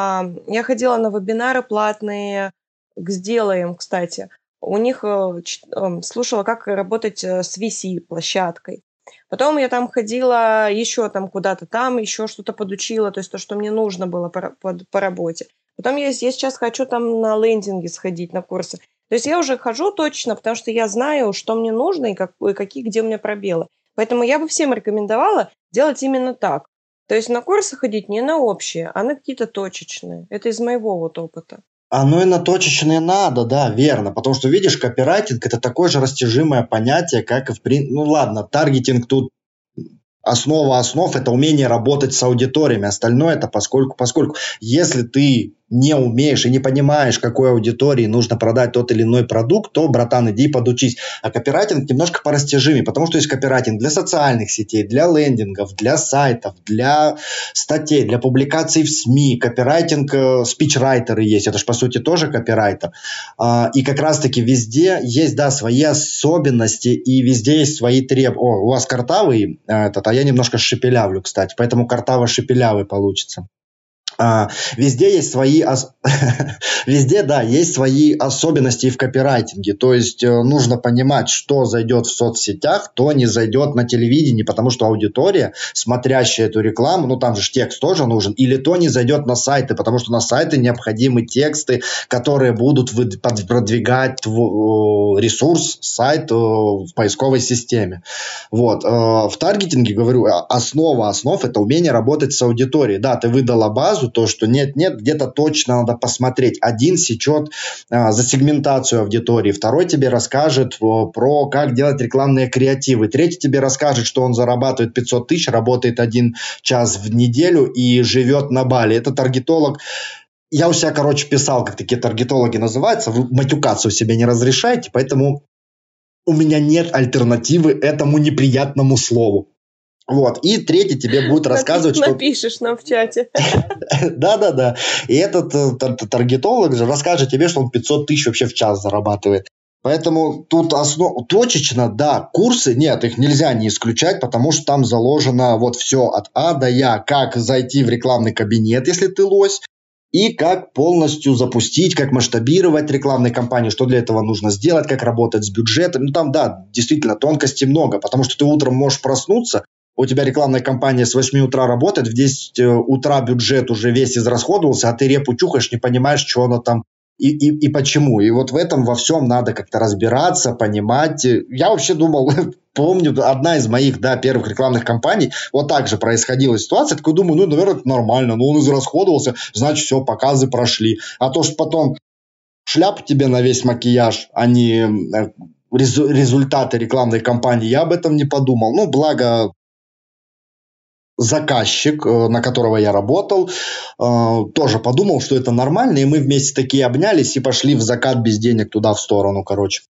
я ходила на вебинары платные к «Сделаем», кстати. У них слушала, как работать с VC-площадкой. Потом я там ходила еще там куда-то, там еще что-то подучила, то есть то, что мне нужно было по работе. Потом я сейчас хочу там на лендинге сходить, на курсы. То есть я уже хожу точно, потому что я знаю, что мне нужно и какие, где у меня пробелы. Поэтому я бы всем рекомендовала делать именно так. То есть на курсы ходить не на общие, а на какие-то точечные. Это из моего вот опыта. Оно и на точечные надо, да, верно. Потому что, видишь, копирайтинг – это такое же растяжимое понятие, как и в принципе... Ну ладно, таргетинг тут основа основ – это умение работать с аудиториями. Остальное – это поскольку. Если ты не умеешь и не понимаешь, какой аудитории нужно продать тот или иной продукт, то, братан, иди подучись. А копирайтинг немножко порастяжимее, потому что есть копирайтинг для социальных сетей, для лендингов, для сайтов, для статей, для публикаций в СМИ. Копирайтинг, спичрайтеры есть, это же, по сути, тоже копирайтер. И как раз-таки везде есть, да, свои особенности, и везде есть свои требования. О, у вас картавый этот, а я немножко шепелявлю, кстати, поэтому картаво-шепелявый получится. Везде есть свои, везде, да, есть свои особенности и в копирайтинге. То есть нужно понимать, что зайдет в соцсетях, то не зайдет на телевидении, потому что аудитория, смотрящая эту рекламу, ну там же текст тоже нужен, или то не зайдет на сайты, потому что на сайты необходимы тексты, которые будут продвигать ресурс, сайт в поисковой системе. Вот. В таргетинге, говорю, основа основ – это умение работать с аудиторией. Да, ты выдала базу, то, что нет-нет, где-то точно надо посмотреть. Один сечет за сегментацию аудитории, второй тебе расскажет про как делать рекламные креативы, третий тебе расскажет, что он зарабатывает 500 тысяч, работает 1 час в неделю и живет на Бали. Это таргетолог. Я у себя, короче, писал, как такие таргетологи называются, вы матюкаться у себя не разрешаете, поэтому у меня нет альтернативы этому неприятному слову. Вот. И третий тебе будет рассказывать, что... Напишешь нам в чате. Да-да-да. И этот таргетолог же расскажет тебе, что он 500 тысяч вообще в час зарабатывает. Поэтому тут точечно, да, курсы, нет, их нельзя не исключать, потому что там заложено вот все от А до Я. Как зайти в рекламный кабинет, если ты лось, и как полностью запустить, как масштабировать рекламную кампанию, что для этого нужно сделать, как работать с бюджетом. Ну там, да, действительно, тонкостей много, потому что ты утром можешь проснуться, у тебя рекламная кампания с 8 утра работает, в 10 утра бюджет уже весь израсходовался, а ты репу чухаешь, не понимаешь, что оно там и почему. И вот в этом во всем надо как-то разбираться, понимать. Я вообще думал, помню, одна из моих, да, первых рекламных кампаний, вот так же происходила ситуация, такой думаю, ну, наверное, это нормально, но он израсходовался, значит, все, показы прошли. А то, что потом шляпу тебе на весь макияж, а не результаты рекламной кампании, я об этом не подумал. Ну, благо... Заказчик, на которого я работал, тоже подумал, что это нормально, и мы вместе такие обнялись и пошли в закат без денег туда, в сторону, короче.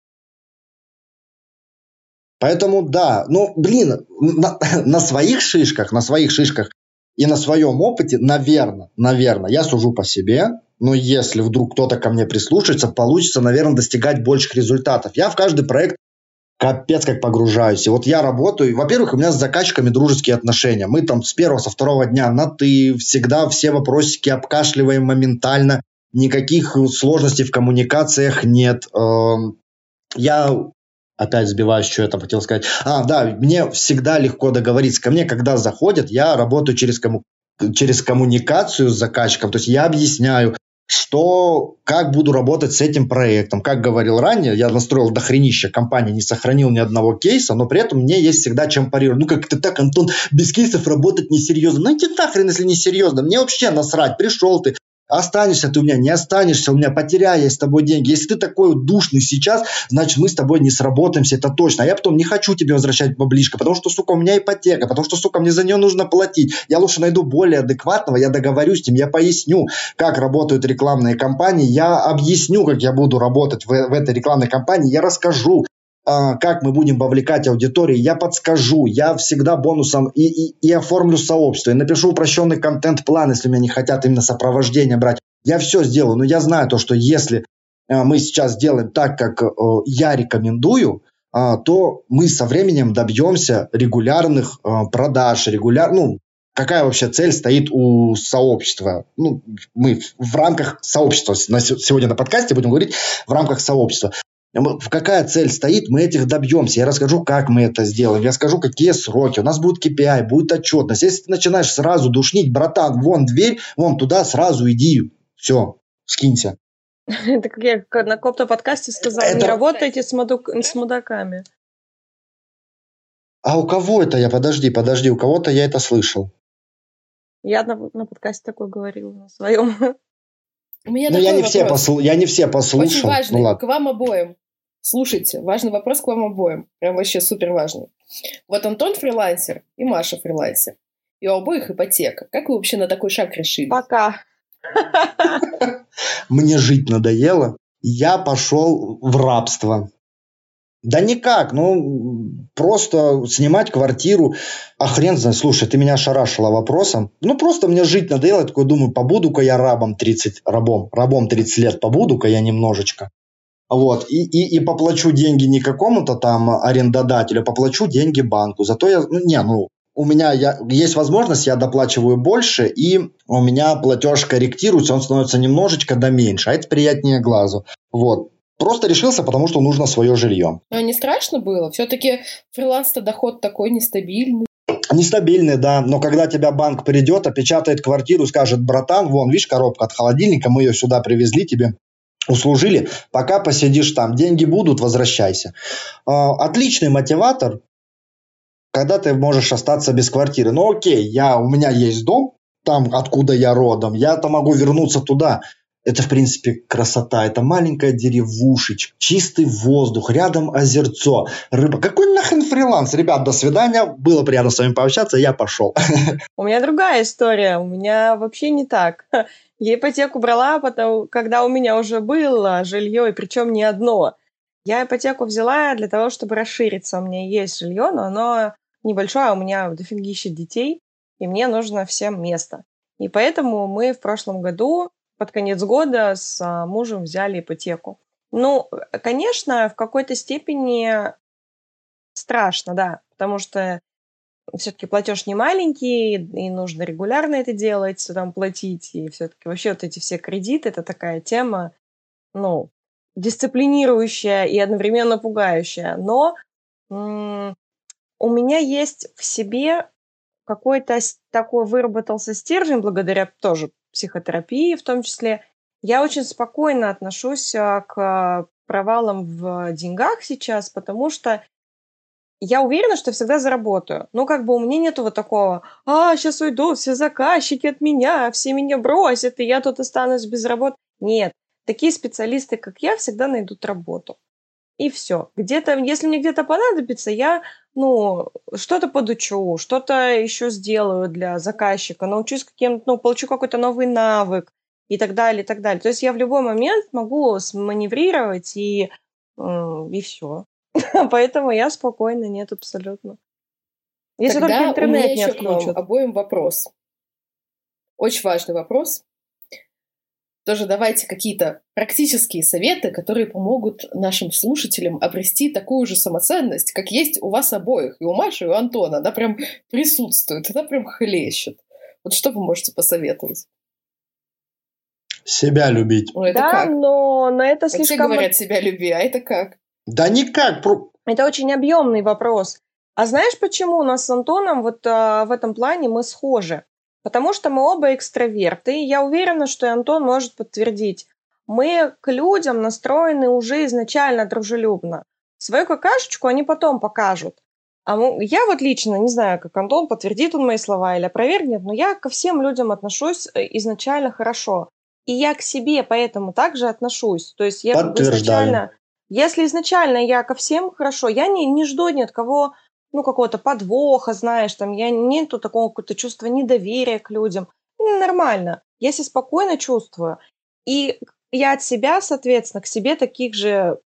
Поэтому, да, ну, блин, на своих шишках и на своем опыте, наверное, я сужу по себе, но если вдруг кто-то ко мне прислушается, получится, наверное, достигать больших результатов. Я в каждый проект капец как погружаюсь. И вот я работаю, во-первых, у меня с заказчиками дружеские отношения. Мы там с первого, со второго дня на «ты», всегда все вопросики обкашливаем моментально, никаких сложностей в коммуникациях нет. Я опять сбиваюсь, что я там хотел сказать. Да, мне всегда легко договориться. Ко мне, когда заходят, я работаю через коммуникацию с заказчиком. То есть я объясняю, как буду работать с этим проектом. Как говорил ранее, я настроил дохренища компании, не сохранил ни одного кейса, но при этом мне есть всегда чем парировать. Ну как-то так, Антон, без кейсов работать несерьезно. Ну иди нахрен, если несерьезно. Мне вообще насрать, пришел ты, останешься ты у меня, не останешься у меня, потеряю я с тобой деньги. Если ты такой душный сейчас, значит, мы с тобой не сработаемся, это точно. А я потом не хочу тебе возвращать баблишко, потому что, сука, у меня ипотека, потому что, сука, мне за нее нужно платить. Я лучше найду более адекватного, я договорюсь с ним, я поясню, как работают рекламные кампании, я объясню, как я буду работать в этой рекламной кампании, я расскажу. как мы будем вовлекать аудиторию, я подскажу, я всегда бонусом и оформлю сообщество, и напишу упрощенный контент-план, если меня не хотят именно сопровождение брать. Я все сделаю, но я знаю то, что если мы сейчас делаем так, как я рекомендую, то мы со временем добьемся регулярных продаж, какая вообще цель стоит у сообщества? Мы в рамках сообщества, сегодня на подкасте будем говорить в рамках сообщества. Какая цель стоит, мы этих добьемся. Я расскажу, как мы это сделаем. Я скажу, какие сроки. У нас будет KPI, будет отчетность. Если ты начинаешь сразу душнить, братан, вон дверь, вон туда, сразу иди. Все, скинься. Это как я на каком-то подкасте сказала, не работайте с мудаками. А у кого это я? Подожди, у кого-то я это слышал. Я на подкасте такое говорила, на своем. Я не все послушал. Очень важный, к вам обоим. Слушайте, важный вопрос к вам обоим. Прям вообще супер важный. Вот Антон фрилансер и Маша фрилансер. И у обоих ипотека. Как вы вообще на такой шаг решили? Пока. Мне жить надоело. Я пошел в рабство. Да никак, просто снимать квартиру. А хрен знает, слушай, ты меня ошарашила вопросом. Просто мне жить надоело. Я такой думаю, побуду-ка я рабом 30 лет, побуду-ка я немножечко. Вот, и поплачу деньги не какому-то там арендодателю, поплачу деньги банку. Зато у меня есть возможность, я доплачиваю больше, и у меня платеж корректируется, он становится немножечко меньше, а это приятнее глазу. Вот. Просто решился, потому что нужно свое жилье. Но не страшно было? Все-таки фриланс-то доход такой нестабильный. Нестабильный, да. Но когда тебя банк придет, опечатает квартиру, скажет, братан, вон, видишь, коробка от холодильника, мы ее сюда привезли, тебе услужили, пока посидишь там, деньги будут, возвращайся. Отличный мотиватор, когда ты можешь остаться без квартиры. Окей, у меня есть дом, там, откуда я родом, я там могу вернуться туда. Это, в принципе, красота. Это маленькая деревушечка, чистый воздух, рядом озерцо, рыба. Какой нахрен фриланс? Ребят, до свидания. Было приятно с вами пообщаться. Я пошел. У меня другая история. У меня вообще не так. Я ипотеку брала, когда у меня уже было жилье, и причем не одно. Я ипотеку взяла для того, чтобы расшириться. У меня есть жилье, но оно небольшое, у меня дофигища детей, и мне нужно всем место. И поэтому мы в прошлом году под конец года с мужем взяли ипотеку. Конечно, в какой-то степени страшно, да, потому что все-таки платеж не маленький, и нужно регулярно это делать, там платить, и все-таки вообще вот эти все кредиты, это такая тема, дисциплинирующая и одновременно пугающая. Но у меня есть в себе какой-то такой выработался стержень, благодаря тоже психотерапии в том числе. Я очень спокойно отношусь к провалам в деньгах сейчас, потому что я уверена, что всегда заработаю. У меня нету вот такого, сейчас уйдут все заказчики от меня, все меня бросят, и я тут останусь без работы. Нет, такие специалисты, как я, всегда найдут работу. И все. Если мне где-то понадобится, я что-то подучу, что-то еще сделаю для заказчика, научусь получу какой-то новый навык и так далее, и так далее. То есть я в любой момент могу сманеврировать и все. Поэтому я спокойна, нет, абсолютно. Если тогда только интернет не отключат. У меня еще к вам обоим вопрос. Очень важный вопрос. Тоже давайте какие-то практические советы, которые помогут нашим слушателям обрести такую же самоценность, как есть у вас обоих, и у Маши, и у Антона. Она прям присутствует, она прям хлещет. Вот что вы можете посоветовать? Себя любить. Это да, как? но это слишком... Все говорят себя люби, а это как? Да никак. Это очень объемный вопрос. А знаешь, почему у нас с Антоном вот в этом плане мы схожи? Потому что мы оба экстраверты, и я уверена, что и Антон может подтвердить. Мы к людям настроены уже изначально дружелюбно. Свою какашечку они потом покажут. Я вот лично, не знаю, как Антон, подтвердит он мои слова или опровергнет, но я ко всем людям отношусь изначально хорошо. И я к себе поэтому также отношусь. То есть я изначально... Если изначально я ко всем хорошо, я не жду ни от кого... какого-то подвоха, знаешь, там, нету такого какого-то чувства недоверия к людям. Нормально. Я себя спокойно чувствую. И я от себя, соответственно, к себе таких же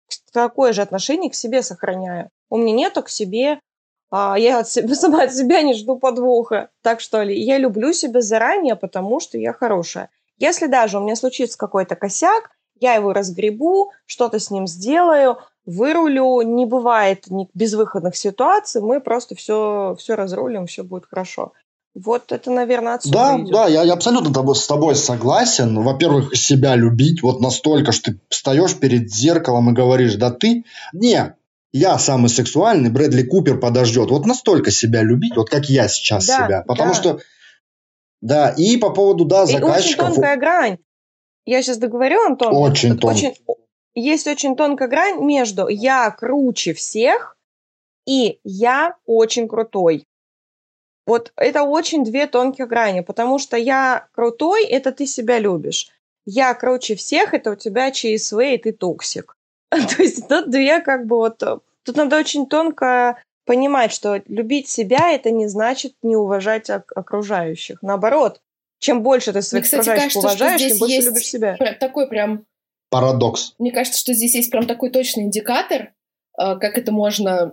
такое же отношение к себе сохраняю. У меня нету к себе, я сама от себя не жду подвоха. Так что ли, я люблю себя заранее, потому что я хорошая. Если даже у меня случится какой-то косяк, я его разгребу, что-то с ним сделаю, вырулю. Не бывает безвыходных ситуаций, мы просто все разрулим, все будет хорошо. Вот это, наверное, отсюда идет. Да, я абсолютно с тобой согласен. Во-первых, себя любить вот настолько, что ты встаешь перед зеркалом и говоришь, да ты... Не, я самый сексуальный, Брэдли Купер подождет. Вот настолько себя любить, вот как я сейчас себя. Потому что... Да, и по поводу, заказчиков... Очень тонкая грань. Я сейчас договорю, Антон. Очень тонкая. Есть очень тонкая грань между «я круче всех» и «я очень крутой». Вот это очень две тонкие грани, потому что «я крутой» – это ты себя любишь. «Я круче всех» – это у тебя ЧСВ, и ты токсик. То есть тут две Тут надо очень тонко понимать, что любить себя – это не значит не уважать окружающих. Наоборот, чем больше ты своих окружающих уважаешь, тем больше любишь себя. Такой прям... Парадокс. Мне кажется, что здесь есть прям такой точный индикатор, как это можно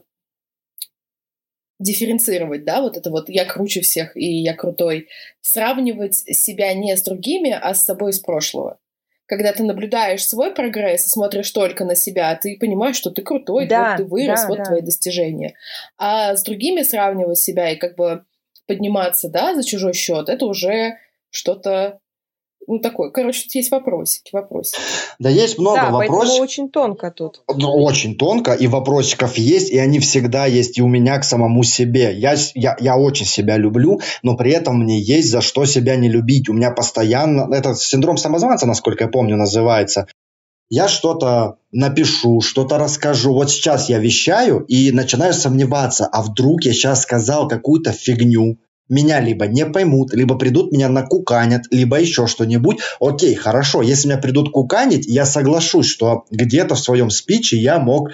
дифференцировать, да, вот это вот «я круче всех» и «я крутой». Сравнивать себя не с другими, а с собой из прошлого. Когда ты наблюдаешь свой прогресс и смотришь только на себя, ты понимаешь, что ты крутой, ты вырос, твои достижения. А с другими сравнивать себя и подниматься, за чужой счет, это уже что-то, такое. Короче, тут есть вопросики. Да, есть много вопросов. Поэтому очень тонко тут. Очень тонко, и вопросиков есть, и они всегда есть и у меня к самому себе. Я очень себя люблю, но при этом мне есть за что себя не любить. У меня постоянно... Это синдром самозванца, насколько я помню, называется. Я что-то напишу, что-то расскажу. Вот сейчас я вещаю и начинаю сомневаться, а вдруг я сейчас сказал какую-то фигню. Меня либо не поймут, либо придут меня накуканят, либо еще что-нибудь. Окей, хорошо, если меня придут куканить, я соглашусь, что где-то в своем спиче я мог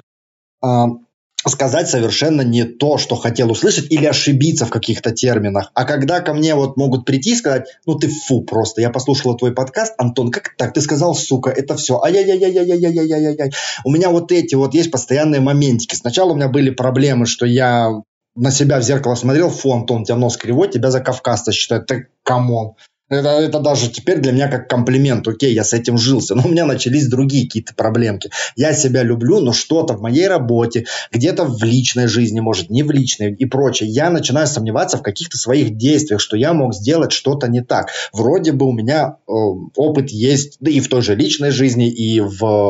сказать совершенно не то, что хотел услышать, или ошибиться в каких-то терминах. А когда ко мне могут прийти и сказать, ты фу просто, я послушала твой подкаст, Антон, как так? Ты сказал, сука, это все. Ай-яй-яй-яй-яй-яй-яй-яй-яй. У меня эти есть постоянные моментики. Сначала у меня были проблемы, что я... на себя в зеркало смотрел, фу, Антон, у тебя нос кривой, тебя за кавказца считают. Так, камон. Это даже теперь для меня как комплимент. Окей, я с этим жился. Но у меня начались другие какие-то проблемки. Я себя люблю, но что-то в моей работе, где-то в личной жизни, может, не в личной и прочее, я начинаю сомневаться в каких-то своих действиях, что я мог сделать что-то не так. Вроде бы у меня опыт есть, да и в той же личной жизни, и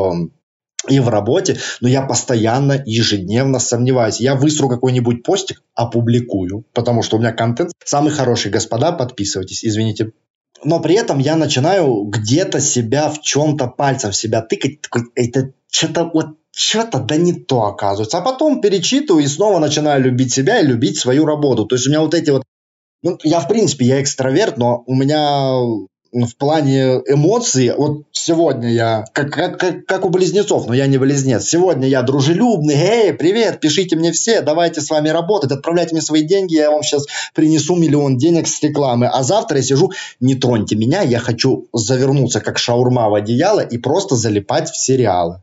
в работе, но я постоянно, ежедневно сомневаюсь. Я высру какой-нибудь постик, опубликую, потому что у меня контент самый хороший. Господа, подписывайтесь, извините. Но при этом я начинаю где-то себя в чем-то пальцем в себя тыкать. Такой, это что-то да не то оказывается. А потом перечитываю и снова начинаю любить себя и любить свою работу. То есть у меня эти я в принципе, я экстраверт, но у меня... в плане эмоций, сегодня я, как у близнецов, но я не близнец, сегодня я дружелюбный, эй, привет, пишите мне все, давайте с вами работать, отправляйте мне свои деньги, я вам сейчас принесу 1 000 000 денег с рекламы, а завтра я сижу, не троньте меня, я хочу завернуться как шаурма в одеяло и просто залипать в сериалы.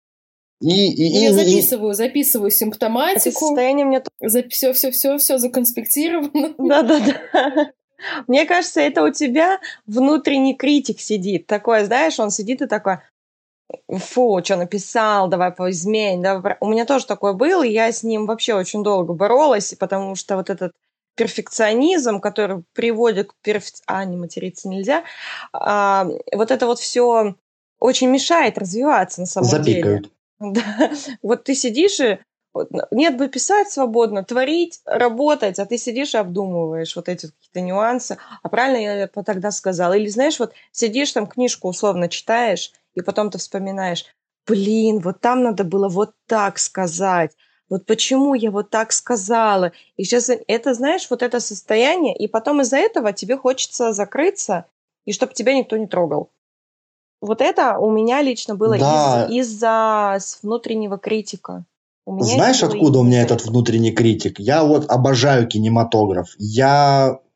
Я записываю симптоматику. Это состояние мне... Все законспектировано. Да. Мне кажется, это у тебя внутренний критик сидит. Такой, знаешь, он сидит и такой, фу, что написал, давай поизмень. Давай. У меня тоже такое было, и я с ним вообще очень долго боролась, потому что вот этот перфекционизм, который приводит к не материться нельзя, вот это все очень мешает развиваться на самом деле. Да. Вот ты сидишь и нет бы писать свободно, творить, работать, а ты сидишь и обдумываешь эти какие-то нюансы. А правильно я тогда сказала? Или, знаешь, сидишь там, книжку условно читаешь, и потом ты вспоминаешь, там надо было так сказать. Почему я так сказала? И сейчас это, знаешь, это состояние, и потом из-за этого тебе хочется закрыться, и чтобы тебя никто не трогал. Это у меня лично было из-за внутреннего критика. Знаешь, откуда у меня этот внутренний критик? Я обожаю кинематограф. Я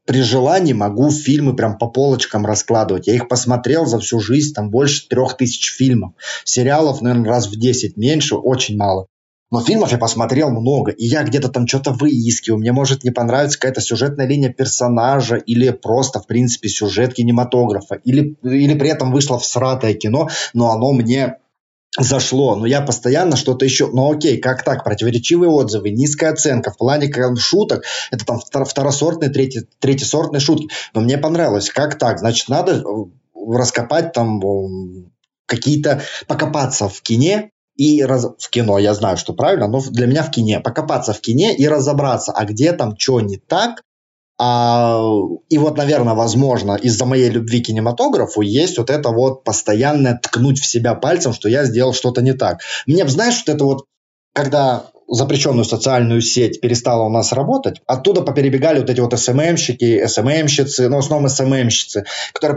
при желании могу фильмы прям по полочкам раскладывать. Я их посмотрел за всю жизнь, там больше 3000 фильмов. Сериалов, наверное, раз в 10 меньше, очень мало. Но фильмов я посмотрел много, и я где-то там что-то выискиваю. Мне может не понравиться какая-то сюжетная линия персонажа или просто, в принципе, сюжет кинематографа. Или при этом вышло всратое кино, но оно мне зашло. Но я постоянно что-то еще... Ну окей, как так? Противоречивые отзывы, низкая оценка. В плане шуток это там второсортные, третьесортные шутки. Но мне понравилось. Как так? Значит, надо раскопать там какие-то... Покопаться в кине. В кино, я знаю, что правильно, но для меня в кине. Покопаться в кине и разобраться, а где там что не так. И вот, наверное, возможно, из-за моей любви к кинематографу есть вот это вот постоянное ткнуть в себя пальцем, что я сделал что-то не так. Мне, знаешь, вот это вот, когда запрещенную социальную сеть перестала у нас работать, оттуда поперебегали вот эти вот СММщики, СММщицы, ну, в основном СММщицы, которые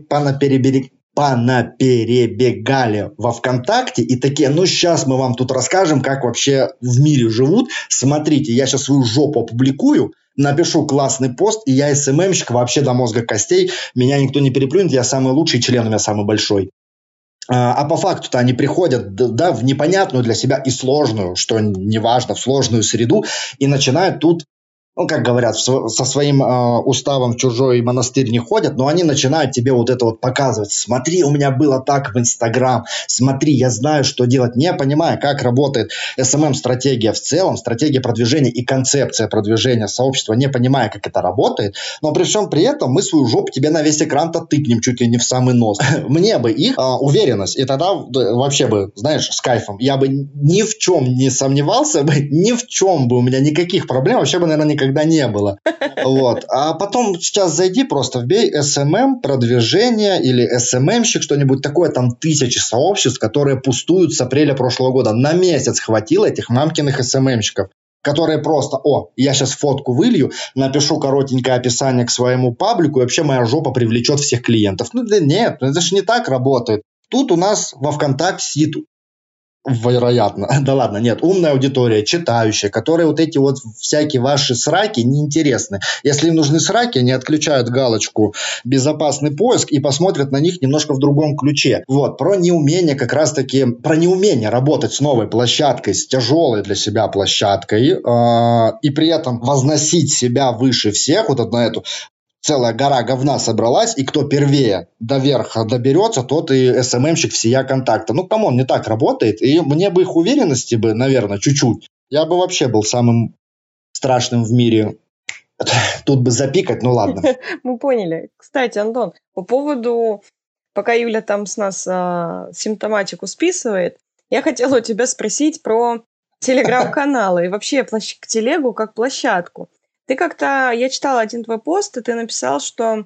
понаперебегали во ВКонтакте и такие, ну, сейчас мы вам тут расскажем, как вообще в мире живут. Смотрите, я сейчас свою жопу опубликую, напишу классный пост, и я СММщик вообще до мозга костей, меня никто не переплюнет, я самый лучший, член у меня самый большой. А по факту-то они приходят, да, в непонятную для себя и сложную, что неважно, в сложную среду, и начинают тут, ну, как говорят, со своим уставом в чужой монастырь не ходят, но они начинают тебе вот это вот показывать. Смотри, у меня было так в Инстаграм, смотри, я знаю, что делать, не понимая, как работает SMM-стратегия в целом, стратегия продвижения и концепция продвижения сообщества, не понимая, как это работает, но при всем при этом мы свою жопу тебе на весь экран-то тыкнем чуть ли не в самый нос. Мне бы их уверенность, и тогда вообще бы, знаешь, с кайфом, я бы ни в чем не сомневался бы, ни в чем бы у меня никаких проблем вообще бы, наверное, никогда не было. Вот. А потом сейчас зайди, просто вбей SMM, продвижение или SMM-щик, что-нибудь такое, там 1000 сообществ, которые пустуют с апреля прошлого года. На месяц хватило этих мамкиных SMM-щиков, которые просто, я сейчас фотку вылью, напишу коротенькое описание к своему паблику, и вообще моя жопа привлечет всех клиентов. Ну, да нет, это же не так работает. Тут у нас во ВКонтакте сидит, вероятно, да ладно, нет, умная аудитория, читающая, которые вот эти вот всякие ваши сраки неинтересны. Если им нужны сраки, они отключают галочку «Безопасный поиск» и посмотрят на них немножко в другом ключе. Вот, про неумение как раз-таки, про неумение работать с новой площадкой, с тяжелой для себя площадкой, и при этом возносить себя выше всех, вот на эту целая гора говна собралась, и кто первее до верха доберется, тот и СММщик всея контакта. Ну, камон, не так работает. И мне бы их уверенности бы, наверное, чуть-чуть. Я бы вообще был самым страшным в мире. Тут бы запикать, ну ладно. Мы поняли. Кстати, Антон, по поводу, пока Юля там с нас симптоматику списывает, я хотела у тебя спросить про телеграм-каналы и вообще телегу как площадку. Ты как-то, я читала один твой пост, и ты написал, что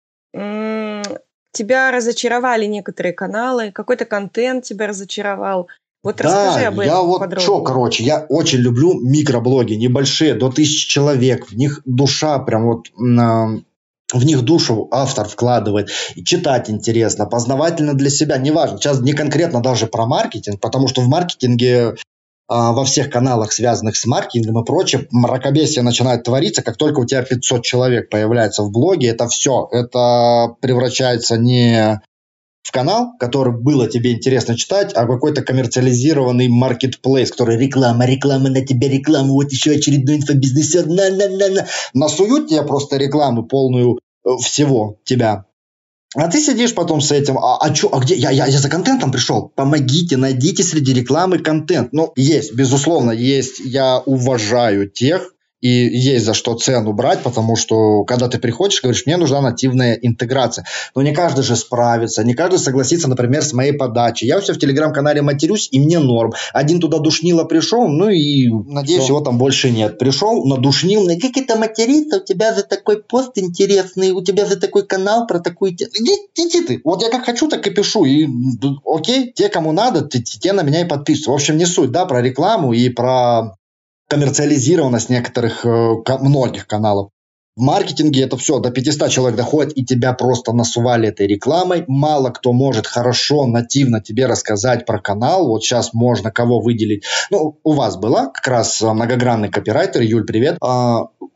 тебя разочаровали некоторые каналы, какой-то контент тебя разочаровал. Вот да, расскажи об этом подробнее. Я очень люблю микроблоги, небольшие, до 1000 человек, в них душа прям вот... В них душу автор вкладывает. И читать интересно, познавательно для себя. Неважно, сейчас не конкретно даже про маркетинг, потому что в маркетинге... во всех каналах, связанных с маркетингом и прочее, мракобесие начинает твориться, как только у тебя 500 человек появляется в блоге, это все, это превращается не в канал, который было тебе интересно читать, а какой-то коммерциализированный маркетплейс, который реклама на тебя, реклама, вот еще очередной инфобизнесер, насуют тебе просто рекламу полную всего тебя. А ты сидишь потом с этим, где? Я за контентом пришел. Помогите, найдите среди рекламы контент. Ну, есть, безусловно, есть. Я уважаю тех, и есть за что цену брать, потому что, когда ты приходишь, говоришь, мне нужна нативная интеграция. Но не каждый же справится, не каждый согласится, например, с моей подачей. Я все в телеграм-канале матерюсь, и мне норм. Один туда душнило пришел, ну и, надеюсь, его там больше нет. Пришел, надушнил, как это материться, у тебя за такой пост интересный, у тебя за такой канал про такую... Иди ты. Вот я как хочу, так и пишу. И окей, те, кому надо, те на меня и подписываются. В общем, не суть, да, про рекламу и про... коммерциализированность некоторых, многих каналов. В маркетинге это все, до 500 человек доходит, и тебя просто насували этой рекламой. Мало кто может хорошо, нативно тебе рассказать про канал. Вот сейчас можно кого выделить. Ну, у вас была как раз многогранный копирайтер. Юль, привет.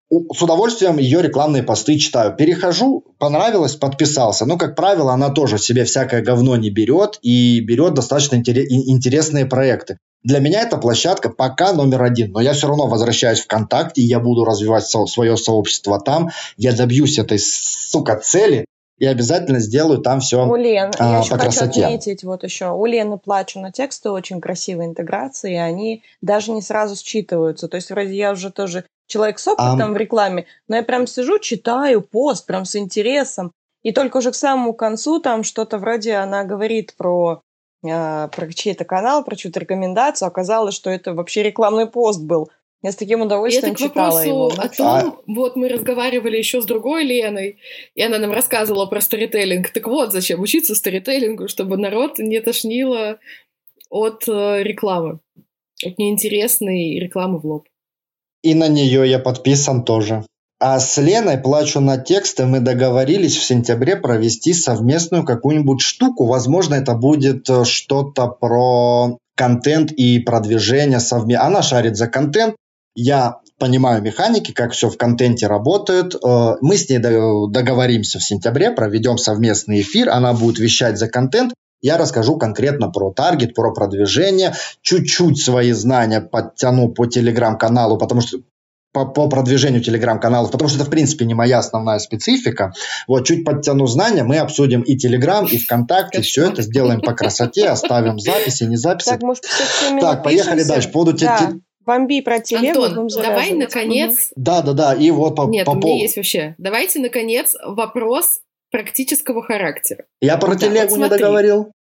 с удовольствием ее рекламные посты читаю. Перехожу, понравилось, подписался. Но, как правило, она тоже себе всякое говно не берет и берет достаточно интересные проекты. Для меня это площадка пока номер 1. Но я все равно возвращаюсь в ВКонтакте, и я буду развивать свое сообщество там. Я добьюсь этой, цели. И обязательно сделаю там все у Лен, я еще по хочу красоте. отметить, вот еще, у Лены «Плачу на тексты» очень красивые интеграции, и они даже не сразу считываются. То есть вроде я уже тоже человек с опытом в рекламе, но я прям сижу, читаю пост прям с интересом, и только уже к самому концу там что-то вроде она говорит про чей-то канал, про чью-то рекомендацию, оказалось, что это вообще рекламный пост был. Я с таким удовольствием читала его. О том, вот мы разговаривали еще с другой Леной, и она нам рассказывала про сторителлинг. Так вот, зачем учиться сторителлингу, чтобы народ не тошнило от рекламы, от неинтересной рекламы в лоб. И на нее я подписан тоже. А с Леной «Плачу на тексты» мы договорились в сентябре провести совместную какую-нибудь штуку. Возможно, это будет что-то про контент и продвижение совместно. Она шарит за контент. Я понимаю механики, как все в контенте работает. Мы с ней договоримся в сентябре, проведем совместный эфир. Она будет вещать за контент. Я расскажу конкретно про таргет, про продвижение. Чуть-чуть свои знания подтяну по телеграм-каналу, потому что по продвижению телеграм-каналов, потому что это, в принципе, не моя основная специфика. Вот, чуть подтяну знания, мы обсудим и Телеграм, и ВКонтакте, все это сделаем по красоте, оставим записи, не записи. Так, может, так, поехали дальше. Бомби про телегу. Антон, давай, наконец... Да, и вот у меня есть вообще. Давайте, наконец, вопрос практического характера. Я про телегу не договорил.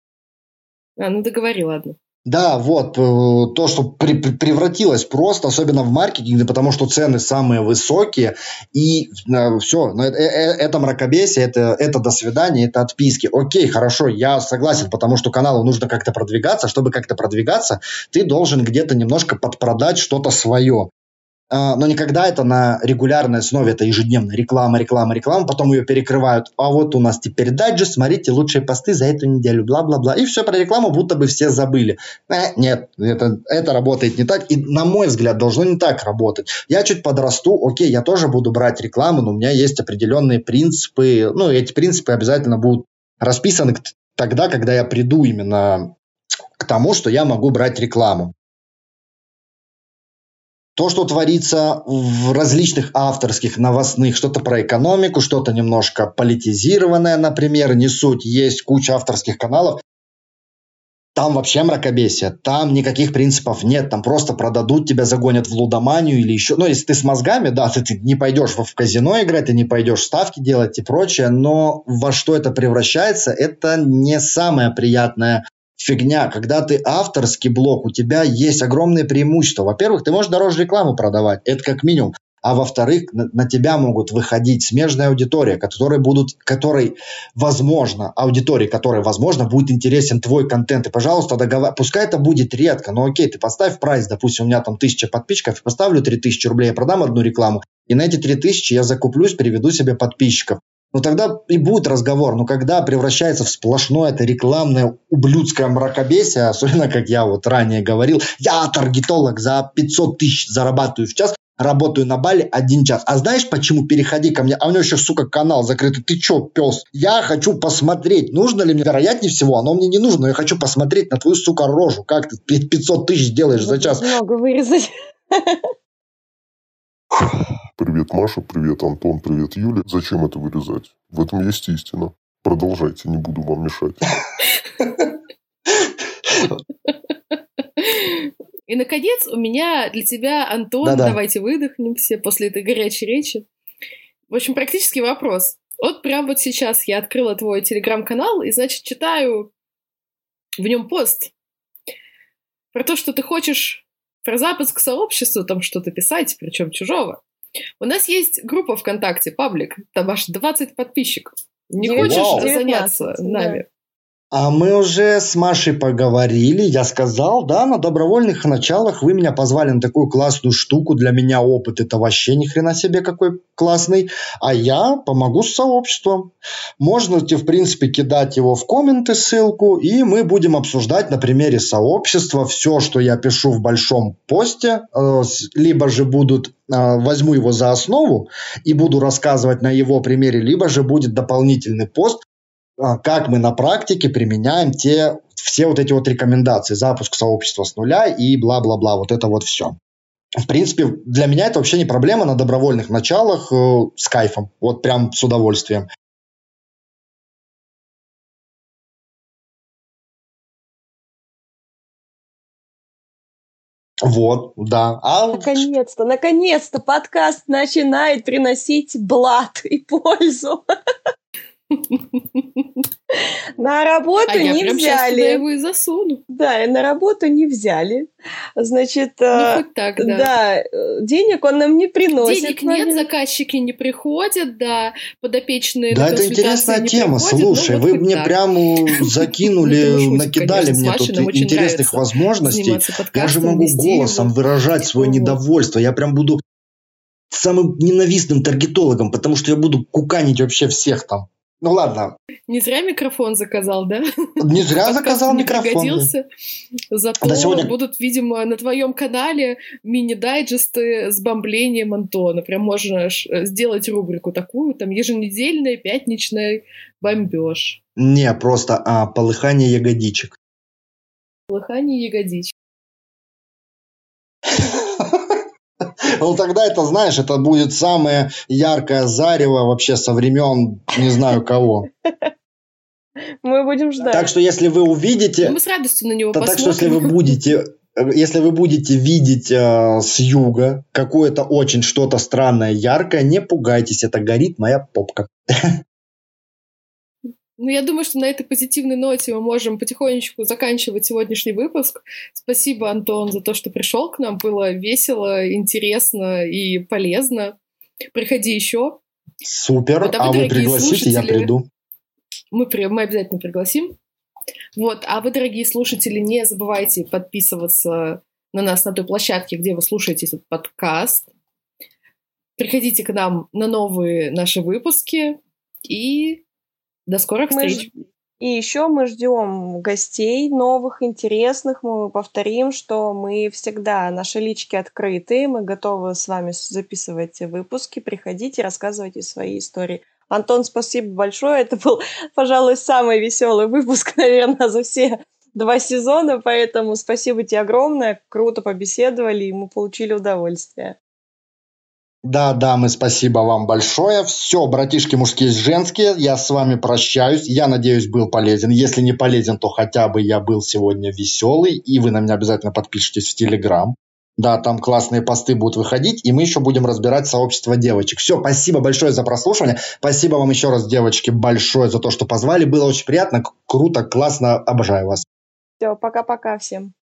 Договори, ладно. Да, вот, то, что превратилось просто, особенно в маркетинге, потому что цены самые высокие, и все, это мракобесие, это до свидания, это отписки. Окей, хорошо, я согласен, потому что каналу нужно как-то продвигаться, чтобы как-то продвигаться, ты должен где-то немножко подпродать что-то свое. Но никогда это на регулярной основе, это ежедневно реклама, потом ее перекрывают. А вот у нас теперь дайджест, смотрите лучшие посты за эту неделю, бла-бла-бла. И все про рекламу будто бы все забыли. Нет, это работает не так. И, на мой взгляд, должно не так работать. Я чуть подрасту, окей, я тоже буду брать рекламу, но у меня есть определенные принципы. Эти принципы обязательно будут расписаны тогда, когда я приду именно к тому, что я могу брать рекламу. То, что творится в различных авторских, новостных, что-то про экономику, что-то немножко политизированное, например, не суть. Есть куча авторских каналов. Там вообще мракобесие. Там никаких принципов нет. Там просто продадут, тебя загонят в лудоманию или еще. Если ты с мозгами, да, ты не пойдешь в казино играть, ты не пойдешь ставки делать и прочее. Но во что это превращается, это не самое приятное фигня. Когда ты авторский блог, у тебя есть огромные преимущества. Во-первых, ты можешь дороже рекламу продавать, это как минимум. А во-вторых, на тебя могут выходить смежная аудитория, которой, возможно, будет интересен твой контент. И, пожалуйста, пускай это будет редко, но окей, ты поставь прайс, допустим, у меня там 1000 подписчиков, поставлю 3000 рублей, я продам одну рекламу, и на эти 3000 я закуплюсь, приведу себе подписчиков. Тогда и будет разговор. Но когда превращается в сплошное это рекламное ублюдское мракобесие, особенно, как я вот ранее говорил, я таргетолог, за 500 тысяч зарабатываю в час, работаю на Бали 1 час. А знаешь, почему? Переходи ко мне. А у него еще, канал закрытый. Ты че, пес? Я хочу посмотреть, нужно ли мне. Вероятнее всего, оно мне не нужно, но я хочу посмотреть на твою, рожу. Как ты 500 тысяч делаешь за час? Много вырезать. Привет, Маша, привет, Антон, привет, Юля. Зачем это вырезать? В этом есть истина. Продолжайте, не буду вам мешать. И, наконец, у меня для тебя, Антон, давайте выдохнем все после этой горячей речи. В общем, практический вопрос. Вот прямо вот сейчас я открыла твой телеграм-канал и, значит, читаю в нем пост про то, что ты хочешь про запуск к сообществу там что-то писать, причем чужого. У нас есть группа ВКонтакте, паблик, там аж 20 подписчиков. Не хочешь заняться нами? А мы уже с Машей поговорили, я сказал, да, на добровольных началах вы меня позвали на такую классную штуку, для меня опыт это вообще ни хрена себе какой классный, а я помогу с сообществом. Можете, в принципе, кидать его в комменты, ссылку, и мы будем обсуждать на примере сообщества все, что я пишу в большом посте, либо же возьму его за основу и буду рассказывать на его примере, либо же будет дополнительный пост, как мы на практике применяем все вот эти вот рекомендации, запуск сообщества с нуля и бла-бла-бла, вот это вот все. В принципе, для меня это вообще не проблема на добровольных началах, с кайфом, вот прям с удовольствием. Вот, да. Наконец-то подкаст начинает приносить блат и пользу. На работу не прям взяли. Туда его и засуну. Да, и на работу не взяли. Значит, хоть так, да. Да, денег он нам не приносит. Денег нет, заказчики не приходят, да, подопечные да, на это интересная тема. Слушай, вы мне прям закинули, накидали мне тут интересных возможностей. Я же могу голосом выражать свое недовольство. Я прям буду самым ненавистным таргетологом, потому что я буду куканить вообще всех там. Ну ладно. Не зря микрофон заказал, да? Не зря заказал микрофон. Зато сегодня будут, видимо, на твоем канале мини-дайджесты с бомблением Антона. Прям можно сделать рубрику такую, там еженедельный пятничный бомбеж. Не, просто полыхание ягодичек. Полыхание ягодичек. Ну, тогда это, знаешь, это будет самое яркое зарево вообще со времен не знаю кого. Мы будем ждать. Так что, если вы увидите... Мы с радостью на него посмотрим. Так что, если вы будете видеть с юга какое-то очень что-то странное, яркое, не пугайтесь, это горит моя попка. Ну, я думаю, что на этой позитивной ноте мы можем потихонечку заканчивать сегодняшний выпуск. Спасибо, Антон, за то, что пришел к нам. Было весело, интересно и полезно. Приходи еще. Супер. Вот, вы пригласите, я приду. Мы обязательно пригласим. Вот. А вы, дорогие слушатели, не забывайте подписываться на нас на той площадке, где вы слушаете этот подкаст. Приходите к нам на новые наши выпуски. И... до скорых встреч. И еще мы ждем гостей новых, интересных. Мы повторим, что мы всегда, наши лички открыты. Мы готовы с вами записывать выпуски. Приходите, рассказывайте свои истории. Антон, спасибо большое. Это был, пожалуй, самый веселый выпуск, наверное, за все 2 сезона. Поэтому спасибо тебе огромное. Круто побеседовали, и мы получили удовольствие. Да, мы спасибо вам большое. Все, братишки мужские и женские, я с вами прощаюсь. Я надеюсь, был полезен. Если не полезен, то хотя бы я был сегодня веселый. И вы на меня обязательно подпишитесь в Телеграм. Да, там классные посты будут выходить. И мы еще будем разбирать сообщество девочек. Все, спасибо большое за прослушивание. Спасибо вам еще раз, девочки, большое за то, что позвали. Было очень приятно, круто, классно. Обожаю вас. Все, пока-пока всем.